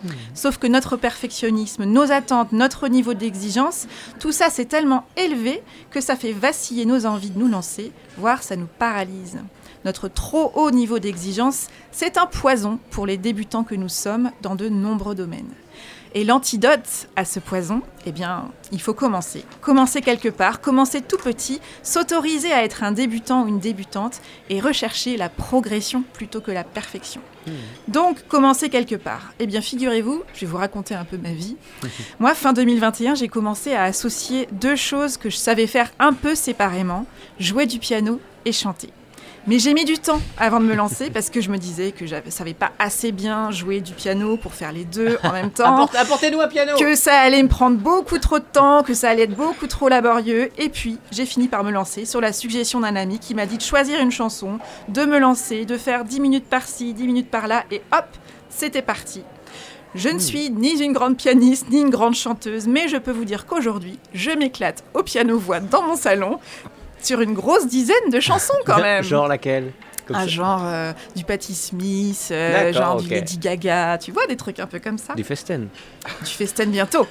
Sauf que notre perfectionnisme, nos attentes, notre niveau d'exigence, tout ça c'est tellement élevé que ça fait vaciller nos envies de nous lancer, voire ça nous paralyse. Notre trop haut niveau d'exigence, c'est un poison pour les débutants que nous sommes dans de nombreux domaines. Et l'antidote à ce poison, eh bien, il faut commencer. Commencer quelque part, commencer tout petit, s'autoriser à être un débutant ou une débutante et rechercher la progression plutôt que la perfection. Donc, commencer quelque part. Eh bien, figurez-vous, je vais vous raconter un peu ma vie. Moi, fin 2021, j'ai commencé à associer deux choses que je savais faire un peu séparément, jouer du piano et chanter. Mais j'ai mis du temps avant de me lancer parce que je me disais que je ne savais pas assez bien jouer du piano pour faire les deux en même temps. Apportez-nous un piano. Que ça allait me prendre beaucoup trop de temps, que ça allait être beaucoup trop laborieux. Et puis, j'ai fini par me lancer sur la suggestion d'un ami qui m'a dit de choisir une chanson, de me lancer, de faire 10 minutes par-ci, 10 minutes par-là. Et hop, c'était parti. Je ne suis ni une grande pianiste, ni une grande chanteuse, mais je peux vous dire qu'aujourd'hui, je m'éclate au piano-voix dans mon salon, sur une grosse dizaine de chansons quand même. Genre laquelle? Genre du Patti Smith, D'accord, du Lady Gaga, tu vois, des trucs un peu comme ça. Du Festen. Du Festen bientôt.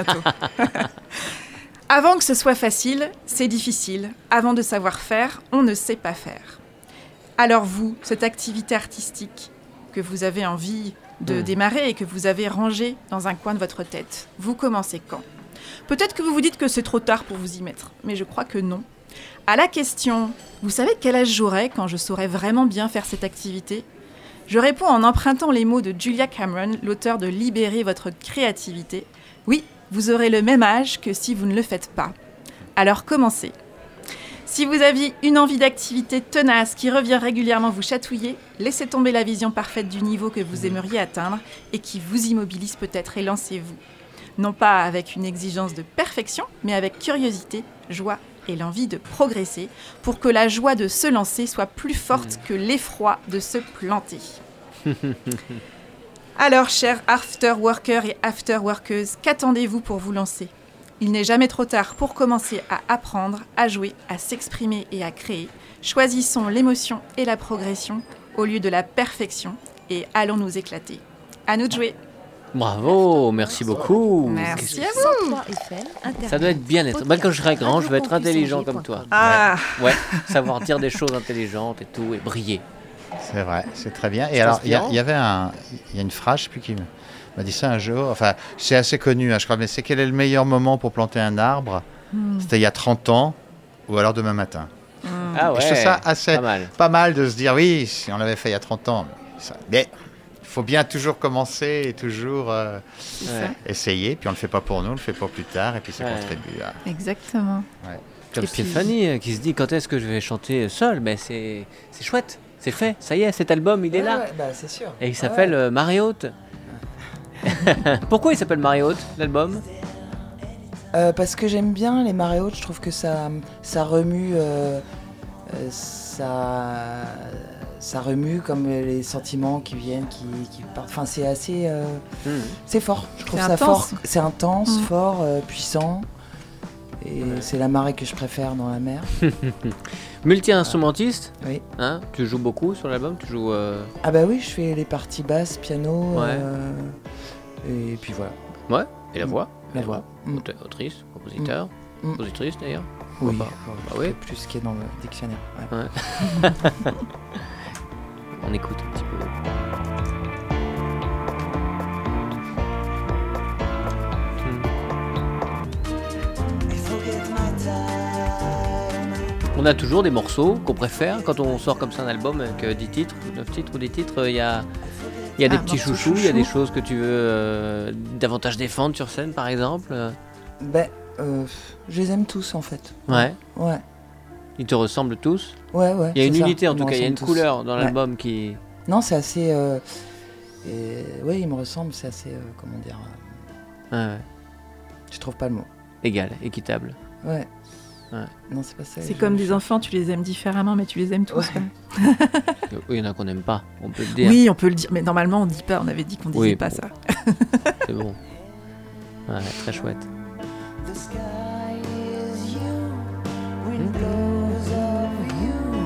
Avant que ce soit facile, c'est difficile. Avant de savoir faire, on ne sait pas faire. Alors vous, cette activité artistique que vous avez envie de démarrer et que vous avez rangée dans un coin de votre tête, vous commencez quand? Peut-être que vous vous dites que c'est trop tard pour vous y mettre, mais je crois que non. À la question « Vous savez quel âge j'aurai quand je saurai vraiment bien faire cette activité ?» Je réponds en empruntant les mots de Julia Cameron, l'auteure de « Libérez votre créativité ». Oui, vous aurez le même âge que si vous ne le faites pas. Alors commencez. Si vous aviez une envie d'activité tenace qui revient régulièrement vous chatouiller, laissez tomber la vision parfaite du niveau que vous aimeriez atteindre et qui vous immobilise peut-être et lancez-vous. Non pas avec une exigence de perfection, mais avec curiosité, joie et l'envie de progresser pour que la joie de se lancer soit plus forte que l'effroi de se planter. Alors, chers after-workers et after-workeuses, qu'attendez-vous pour vous lancer ? Il n'est jamais trop tard pour commencer à apprendre, à jouer, à s'exprimer et à créer. Choisissons l'émotion et la progression au lieu de la perfection et allons nous éclater. À nous de jouer. Bravo, merci beaucoup. Merci à vous. 103 FM, Internet, Ça doit être bien être. Quand je serai grand, je vais être intelligent comme toi. Ah, Ouais, savoir dire des choses intelligentes et tout, et briller. C'est vrai, c'est très bien. Et C'est alors, il y inspirant. a une phrase, je sais plus qui m'a dit ça un jour. Enfin, c'est assez connu, hein, je crois. Mais c'est quel est le meilleur moment pour planter un arbre ? C'était il y a 30 ans ou alors demain matin. Ah ouais, Je trouve ça assez pas mal. pas mal de se dire oui, si on l'avait fait il y a 30 ans. Mais il faut bien toujours commencer et toujours c'est ça. essayer. Puis on ne le fait pas pour nous, on le fait pour plus tard. Et puis ça Ouais. contribue à... Exactement. Comme Et puis- Stéphanie qui se dit quand est-ce que je vais chanter seule, mais c'est chouette, c'est fait, ça y est, cet album il est là. Ouais, bah, c'est sûr. Et il s'appelle Marée Haute. Pourquoi il s'appelle Marée Haute, l'album? Parce que j'aime bien les marées hautes, je trouve que ça remue, ça remue comme les sentiments qui viennent, qui partent. Enfin, c'est assez, c'est fort. Je trouve C'est ça intense. fort. C'est intense, Mm. fort, puissant. Et c'est la marée que je préfère dans la mer. Multi-instrumentiste, Oui. hein? Tu joues beaucoup sur l'album, tu joues... Ah bah oui, je fais les parties basses, piano, Ouais. et puis voilà. Ouais, et la voix? La voix. Mm. Autrice, compositeur, Mm. compositrice d'ailleurs. Oui, Bah, bah oui. plus ce qui est dans le dictionnaire. Ouais. On écoute un petit peu. On a toujours des morceaux qu'on préfère quand on sort comme ça un album avec 10 titres, 9 titres ou 10 titres. Il y a des petits morceaux chouchous, il y a des chouchous. choses que tu veux davantage défendre sur scène par exemple. Ben, je les aime tous en fait. Ouais, Ouais, ils te ressemblent tous. ouais, ouais. Il y a une c'est ça. unité en Ils tout me cas, il y a une ressemblent tous. couleur dans Ouais. l'album qui... Non, c'est assez. Oui, il me ressemble, c'est assez. Comment dire Ouais, Je trouve pas le mot. égal, équitable. Ouais. Ouais. Non, c'est pas ça. C'est comme des enfants, tu les aimes différemment, mais tu les aimes tous. Ouais. quoi. Oui, il y en a qu'on n'aime pas, on peut le dire. Oui, on peut le dire, mais normalement on dit pas. On avait dit qu'on disait Oui, pas bon. ça. C'est bon. Ouais, très chouette. The sky is you, windows of you,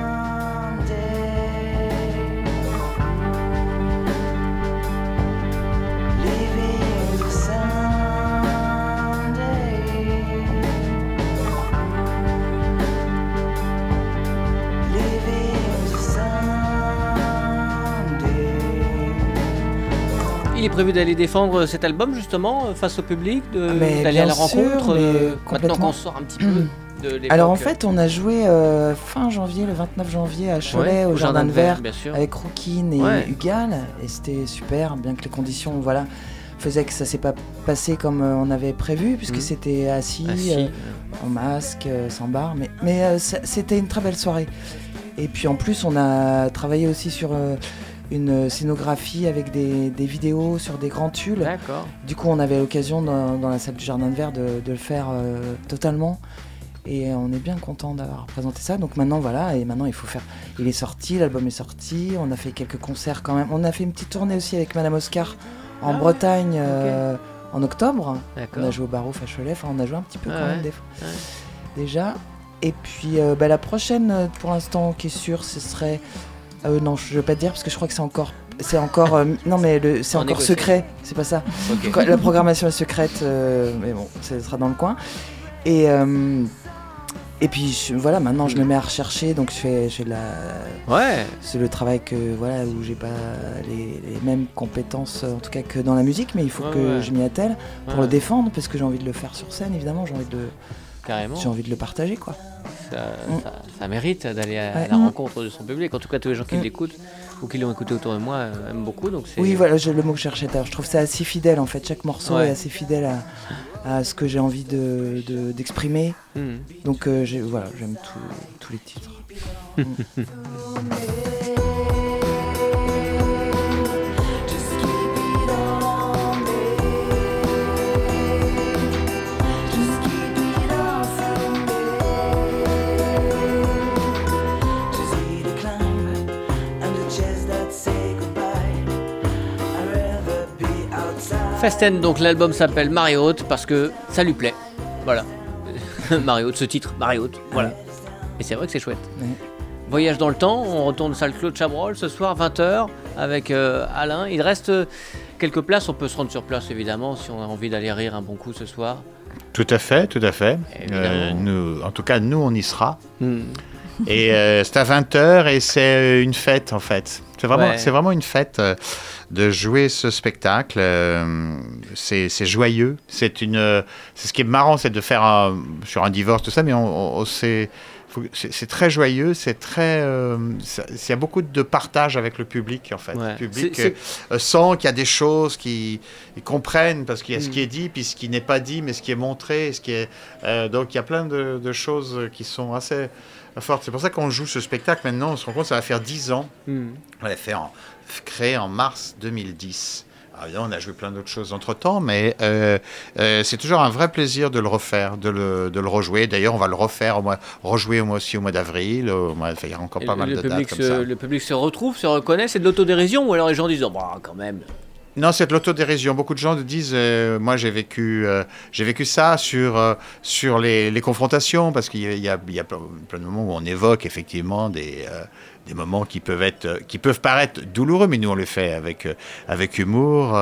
blonde day. prévu d'aller défendre cet album justement face au public, d'aller à la rencontre maintenant qu'on sort un petit peu de l'époque. Alors en fait, on a joué fin janvier, le 29 janvier à Cholet, au Jardin de Verre, avec Rookin et Hugal, et c'était super, bien que les conditions, faisaient que ça s'est pas passé comme on avait prévu, puisque c'était assis en masque, sans bar, mais c'était une très belle soirée. Et puis en plus, on a travaillé aussi sur une scénographie avec des vidéos sur des grands tulles. D'accord. Du coup, on avait l'occasion dans la salle du Jardin de Verre de le faire totalement. Et on est bien content d'avoir présenté ça. Donc maintenant, il faut faire. Il est sorti, l'album est sorti. On a fait quelques concerts quand même. On a fait une petite tournée aussi avec Madame Oscar en Bretagne en octobre. D'accord. On a joué au Barouf à Cholet. Enfin, on a joué un petit peu quand même déjà. Et puis la prochaine, pour l'instant, qui est sûre, ce serait. Non, je ne veux pas te dire parce que je crois que c'est encore non mais c'est encore secret, c'est pas ça. Okay. La programmation est secrète, mais bon, ça sera dans le coin. Et puis maintenant je me mets à rechercher, donc je fais de la. Ouais. C'est le travail où j'ai pas les mêmes compétences en tout cas que dans la musique, mais il faut que je m'y attelle pour le défendre parce que j'ai envie de le faire sur scène, évidemment, j'ai envie de le partager quoi. Ça mérite d'aller à la rencontre de son public. En tout cas, tous les gens qui l'écoutent ou qui l'ont écouté autour de moi aiment beaucoup. Donc c'est... Oui, voilà, le mot que je cherchais. Je trouve ça assez fidèle en fait. Chaque morceau est assez fidèle à ce que j'ai envie d'exprimer. Donc j'aime tous les titres. Festen, donc l'album s'appelle Marée Haute parce que ça lui plaît. Voilà. Marée Haute, ce titre, Marée Haute. Voilà. Et c'est vrai que c'est chouette. Voyage dans le temps, on retourne salle Claude Chabrol ce soir, 20h, avec Alain. Il reste quelques places, on peut se rendre sur place évidemment si on a envie d'aller rire un bon coup ce soir. Tout à fait. En tout cas, nous, on y sera. Et c'est à 20h et c'est une fête en fait. C'est vraiment une fête de jouer ce spectacle. C'est joyeux. C'est ce qui est marrant, c'est de faire sur un divorce, tout ça, mais c'est très joyeux, c'est très. Il y a beaucoup de partage avec le public en fait. Le public sent qu'il y a des choses qu'ils comprennent parce qu'il y a ce qui est dit, puis ce qui n'est pas dit, mais ce qui est montré, donc il y a plein de choses qui sont assez fortes. C'est pour ça qu'on joue ce spectacle maintenant. On se rend compte que ça va faire 10 ans. On l'a créé en mars 2010. Alors évidemment, on a joué plein d'autres choses entre-temps, mais c'est toujours un vrai plaisir de le refaire, de le rejouer. D'ailleurs, on va le rejouer aussi au mois d'avril. Il y a encore pas mal de dates comme ça. Le public se retrouve, se reconnaît. C'est de l'autodérision ou alors les gens disent quand même. Non, c'est de l'autodérision. Beaucoup de gens disent, moi j'ai vécu ça sur les confrontations, parce qu'il y a plein de moments où on évoque effectivement des moments qui peuvent paraître douloureux, mais nous on le fait avec humour.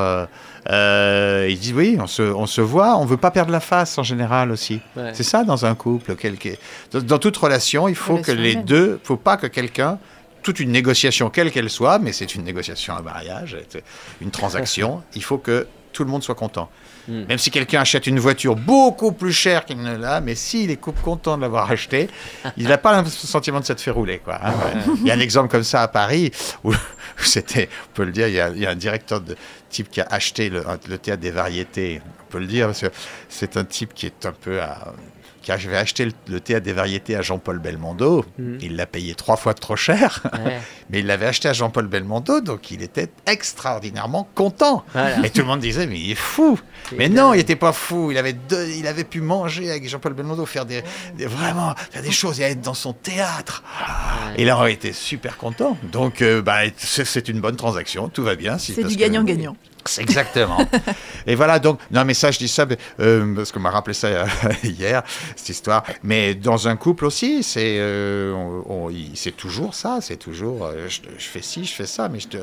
Ils disent oui, on se voit, on veut pas perdre la face en général aussi. Ouais. C'est ça dans un couple. Dans toute relation, il faut que les deux, faut pas que quelqu'un, toute une négociation quelle qu'elle soit, mais c'est une négociation à mariage, une transaction, il faut que tout le monde soit content. Même si quelqu'un achète une voiture beaucoup plus chère qu'il ne l'a, mais s'il est content de l'avoir acheté, il n'a pas le sentiment de s'être fait rouler, quoi. Hein, Il y a un exemple comme ça à Paris, où c'était, on peut le dire, il y a un directeur de type qui a acheté le théâtre des Variétés, on peut le dire, parce que c'est un type qui est un peu qui avait acheté le théâtre des Variétés à Jean-Paul Belmondo. Il l'a payé 3 fois trop cher, mais il l'avait acheté à Jean-Paul Belmondo, donc il était extraordinairement content. Voilà. Et tout le monde disait, mais il est fou. Mais non, il n'était pas fou. Il avait pu manger avec Jean-Paul Belmondo, faire des choses et être dans son théâtre. Et là, on était super content. Donc, c'est une bonne transaction, tout va bien. C'est du gagnant-gagnant. C'est exactement. Et voilà, donc, non, mais ça, je dis ça parce qu'on m'a rappelé ça hier, cette histoire. Mais dans un couple aussi, c'est toujours ça, c'est toujours, je fais ci, je fais ça, mais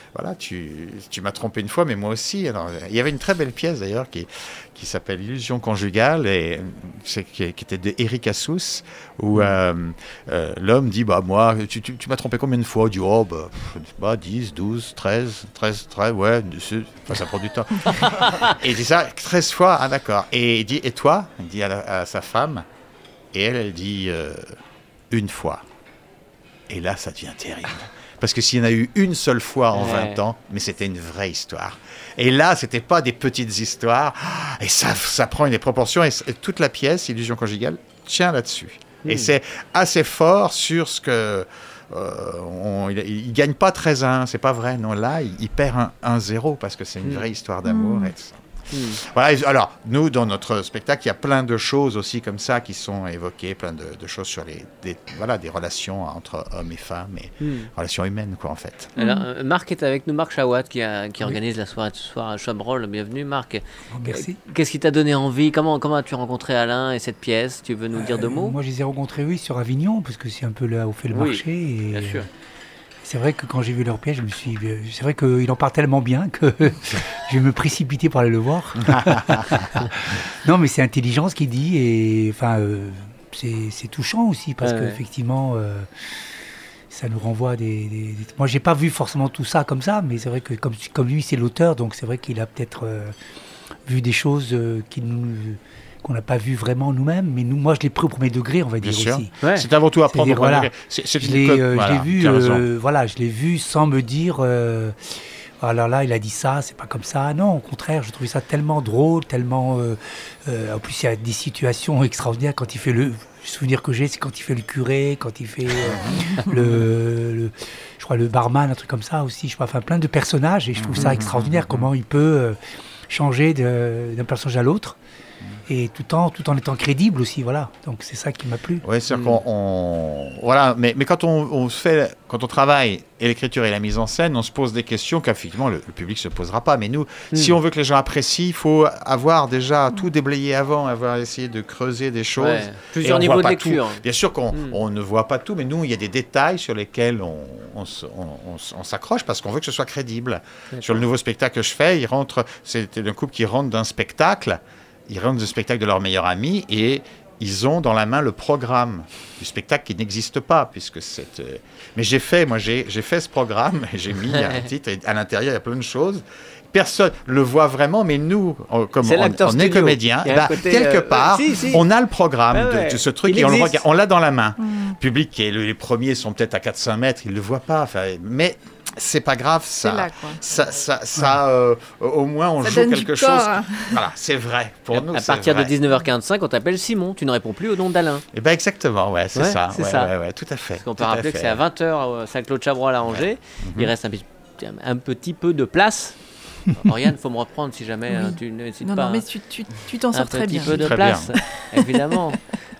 voilà, tu m'as trompé une fois, mais moi aussi. Alors, il y avait une très belle pièce d'ailleurs qui s'appelle Illusion conjugale, et qui était d'Éric Assous, où l'homme dit moi, tu m'as trompé combien de fois? Il dit 10, 12, 13, ouais, ça prend du temps. Et il dit ça 13 fois, ah d'accord. Et il dit, et toi? Il dit à sa femme, et elle dit une fois. Et là, ça devient terrible. Parce que s'il y en a eu une seule fois en 20 ans, mais c'était une vraie histoire. Et là, c'était pas des petites histoires. Et ça prend une des proportions. Et toute la pièce, Illusion conjugale, tient là-dessus. Et c'est assez fort sur ce que... il gagne pas 13-1, c'est pas vrai. Non, là, il perd 1-0 parce que c'est une vraie histoire d'amour. Et ça. Voilà, alors, nous, dans notre spectacle, il y a plein de choses aussi comme ça qui sont évoquées, plein de choses sur des relations entre hommes et femmes, et relations humaines, quoi, en fait. Alors, Marc est avec nous, Marc Chawat, qui organise la soirée ce soir à Chabrol. Bienvenue, Marc. Merci. Qu'est-ce qui t'a donné envie? Comment as-tu rencontré Alain et cette pièce? Tu veux nous dire 2 mots? Moi, je les ai rencontrés, sur Avignon, parce que c'est un peu là où fait le marché. Et bien sûr. C'est vrai que quand j'ai vu leur pièce, c'est vrai qu'il en parle tellement bien que je vais me précipiter pour aller le voir. Non, mais c'est intelligent ce qu'il dit, et c'est touchant aussi, parce qu'effectivement, ça nous renvoie Moi, j'ai pas vu forcément tout ça comme ça, mais c'est vrai que comme lui, c'est l'auteur, donc c'est vrai qu'il a peut-être vu des choses qu'on n'a pas vu vraiment nous-mêmes, mais moi je l'ai pris au premier degré, on va dire aussi. Ouais. C'est avant tout à prendre au premier degré. Je l'ai vu sans me dire alors là il a dit ça, c'est pas comme ça. Non, au contraire, je trouvais ça tellement drôle, tellement en plus il y a des situations extraordinaires quand il fait le souvenir que j'ai, c'est quand il fait le curé, quand il fait je crois le barman, un truc comme ça aussi, plein de personnages, et je trouve ça extraordinaire comment il peut changer d'un personnage à l'autre. Et tout en étant crédible aussi, voilà. Donc c'est ça qui m'a plu. Oui, c'est-à-dire voilà, mais quand on travaille et l'écriture et la mise en scène, on se pose des questions qu'effectivement le public se posera pas. Mais nous, si on veut que les gens apprécient, il faut avoir déjà tout déblayé avant, avoir essayé de creuser des choses. Ouais. Plusieurs niveaux de lecture. Tout. Bien sûr qu'on ne voit pas tout, mais nous, il y a des détails sur lesquels on s'accroche parce qu'on veut que ce soit crédible. D'accord. Sur le nouveau spectacle que je fais, c'était un couple qui rentre d'un spectacle. Ils rentrent du spectacle de leur meilleur ami et ils ont dans la main le programme du spectacle qui n'existe pas, puisque c'est... Mais j'ai fait ce programme, et j'ai mis un titre, et à l'intérieur, il y a plein de choses. Personne ne le voit vraiment, mais nous, comme on est comédiens, quelque part, on a le programme de ce truc et on l'a dans la main. Le public, les premiers sont peut-être à 400 mètres, ils ne le voient pas, mais... C'est pas grave, au moins on joue quelque chose. Voilà, c'est vrai pour nous. À partir de 19h45, on t'appelle Simon. Tu ne réponds plus au nom d'Alain. Eh ben exactement, c'est ça. Ouais, tout à fait. Parce qu'on peut rappeler que c'est à 20h à Saint-Claude Chabrol à Angers. Il reste un petit peu de place. Oriane, il faut me reprendre si jamais tu n'hésites pas. Non, mais tu t'en sors très bien. Un petit peu de place, évidemment.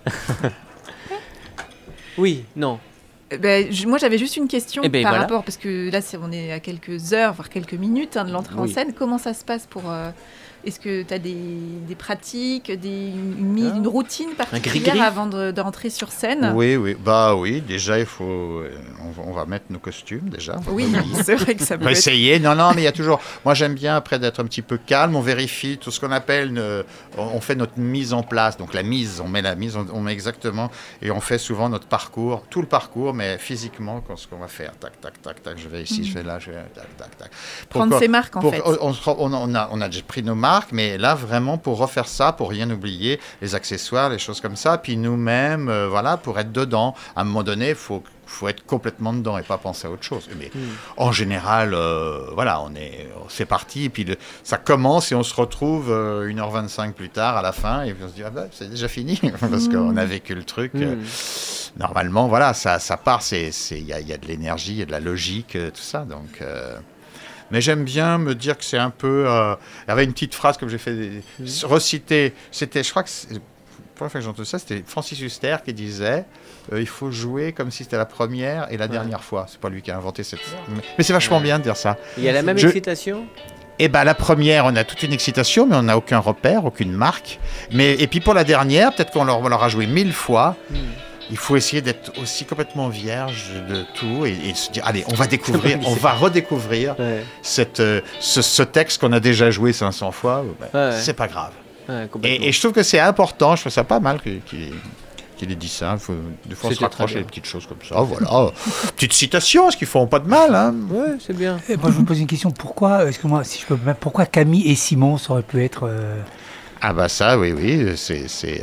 Oui, non. Moi j'avais juste une question par rapport, parce que là on est à quelques heures, voire quelques minutes de l'entrée en scène. Comment ça se passe pour... Est-ce que tu as des pratiques, une routine particulière avant de rentrer sur scène? Oui, déjà il faut... On va mettre nos costumes déjà. Oui, c'est vrai que ça peut essayer. Non, mais il y a toujours... Moi j'aime bien après d'être un petit peu calme, on vérifie tout ce qu'on appelle... On fait notre mise en place. Donc la mise, on met exactement... Et on fait souvent notre parcours, tout le parcours, mais physiquement, ce qu'on va faire. Tac, tac, tac, tac, je vais ici, je vais là, je vais... Tac, tac, tac. Prendre ses marques en fait. On a déjà pris nos marques, mais là vraiment pour refaire ça, pour rien oublier, les accessoires, les choses comme ça, puis nous-mêmes, pour être dedans. À un moment donné, il faut être complètement dedans et pas penser à autre chose. Mais en général, c'est parti, et puis ça commence et on se retrouve 1h25 plus tard à la fin, et puis on se dit c'est déjà fini parce qu'on a vécu le truc. Normalement, ça part, il y a de l'énergie, il y a de la logique, tout ça, donc... Mais j'aime bien me dire que c'est un peu... il y avait une petite phrase que j'ai fait reciter. C'était, je crois que la première fois que j'ai entendu ça, c'était Francis Huster qui disait il faut jouer comme si c'était la première et la dernière fois. C'est pas lui qui a inventé cette... Mais c'est vachement bien de dire ça. Il y a la même excitation ? La première, on a toute une excitation, mais on n'a aucun repère, aucune marque. Et puis pour la dernière, peut-être qu'on leur a joué 1000 fois. il faut essayer d'être aussi complètement vierge de tout et se dire, allez, on va redécouvrir ce texte qu'on a déjà joué 500 fois. C'est pas grave. Et je trouve que c'est important, je trouve ça pas mal qu'il ait dit ça. Des fois, on se raccroche à des petites choses comme ça. Voilà. Petite citation, parce qu'ils font pas de mal. Hein. Ouais, c'est bien. Moi, je vous pose une question. Pourquoi, pourquoi Camille et Simon, ça aurait pu être... Ah bah ça, oui. C'est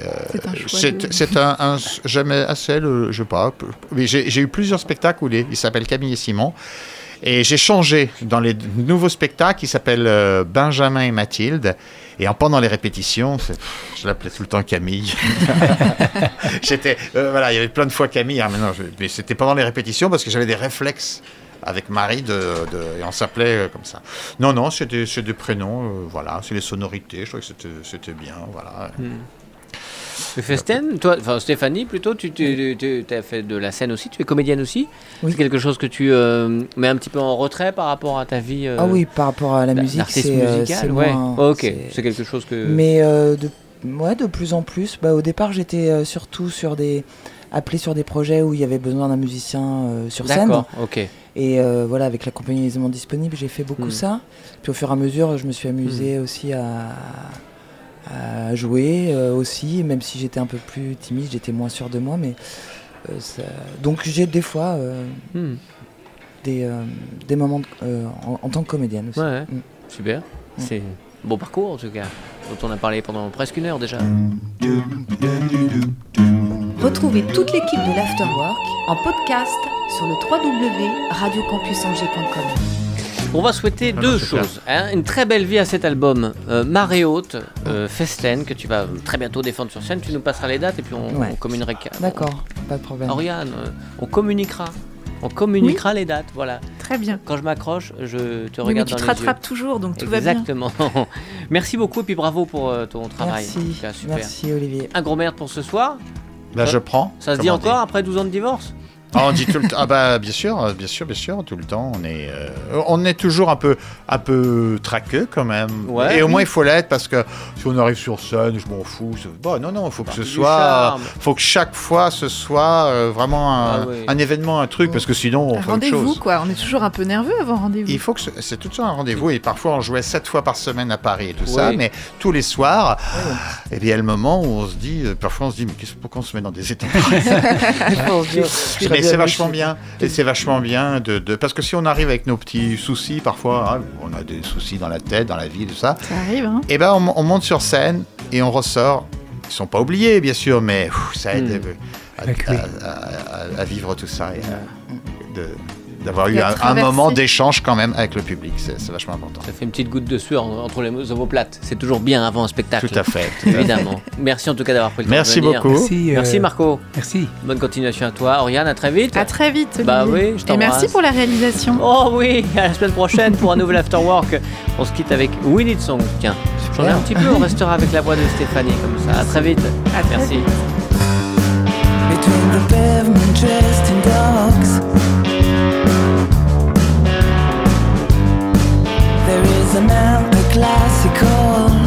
jamais assez, je sais pas. Mais j'ai eu plusieurs spectacles où il s'appelle Camille et Simon. Et j'ai changé dans les nouveaux spectacles, il s'appelle Benjamin et Mathilde. Et pendant les répétitions, je l'appelais tout le temps Camille. Il y avait plein de fois Camille. Mais c'était pendant les répétitions parce que j'avais des réflexes avec Marie et on s'appelait comme ça. Non, c'est des prénoms, c'est les sonorités. Je trouvais que c'était bien, voilà. Le Festen, toi, enfin Stéphanie plutôt, tu as fait de la scène aussi, tu es comédienne aussi. Oui. C'est quelque chose que tu mets un petit peu en retrait par rapport à ta vie. Ah oui, par rapport à la musique, c'est moins. Ok, c'est quelque chose que. Mais de plus en plus. Au départ, j'étais surtout appelé sur des projets où il y avait besoin d'un musicien sur scène. D'accord, ok. Et avec l'accompagnement disponible, j'ai fait beaucoup ça. Puis au fur et à mesure, je me suis amusée aussi à jouer aussi, même si j'étais un peu plus timide, j'étais moins sûre de moi, mais donc j'ai des fois des moments en tant que comédienne aussi. Ouais. Super, c'est un beau parcours en tout cas, dont on a parlé pendant presque une heure déjà. Retrouvez toute l'équipe de l'Afterwork en podcast sur le www.radiocampusangers.com. On va souhaiter deux choses. Une très belle vie à cet album, Marée Haute, Festen, que tu vas très bientôt défendre sur scène. Tu nous passeras les dates et puis on communiquera. D'accord, pas de problème. Oriane, on communiquera les dates, voilà. Très bien. Quand je m'accroche, je te regarde dans les yeux. Tu te rattrapes toujours, donc tout va bien. Exactement. Merci beaucoup et puis bravo pour ton travail. Merci Olivier. Un gros merde pour ce soir. Je prends. Ça se dit encore après 12 ans de divorce ? On dit tout le temps. Bien sûr, tout le temps. On est toujours un peu traqueux quand même. Ouais, et au moins il faut l'être parce que si on arrive sur scène, je m'en fous. Non, il faut que faut que chaque fois ce soit vraiment un événement, un truc, parce que sinon on fait autre chose. Rendez-vous quoi. On est toujours un peu nerveux avant rendez-vous. Il faut que c'est tout le temps un rendez-vous et parfois on jouait 7 fois par semaine à Paris et tout ça, mais tous les soirs. Et il y a le moment où on se dit, parfois on se dit, mais pourquoi on se met dans des états. Mais c'est vachement bien. Et c'est vachement bien parce que si on arrive avec nos petits soucis, parfois, on a des soucis dans la tête, dans la vie, tout ça. Ça arrive, hein. Et on monte sur scène et on ressort. Ils sont pas oubliés, bien sûr, mais ça aide à vivre tout ça et d'avoir eu un moment d'échange quand même avec le public. C'est vachement important. Ça fait une petite goutte de sueur entre les omoplates. C'est toujours bien avant un spectacle. Tout à fait. Évidemment. Merci en tout cas d'avoir pris le temps de venir. Merci beaucoup. Merci Marco. Merci. Bonne continuation à toi. Oriane, à très vite. À très vite. Oui, je t'embrasse. Et merci pour la réalisation. Oh oui, à la semaine prochaine pour un nouvel Afterwork. On se quitte avec We Need Song. Tiens, j'en ai un petit peu. On restera avec la voix de Stéphanie comme ça. À très vite. Merci. Between the pavement dressed in dogs, there is a man, a classical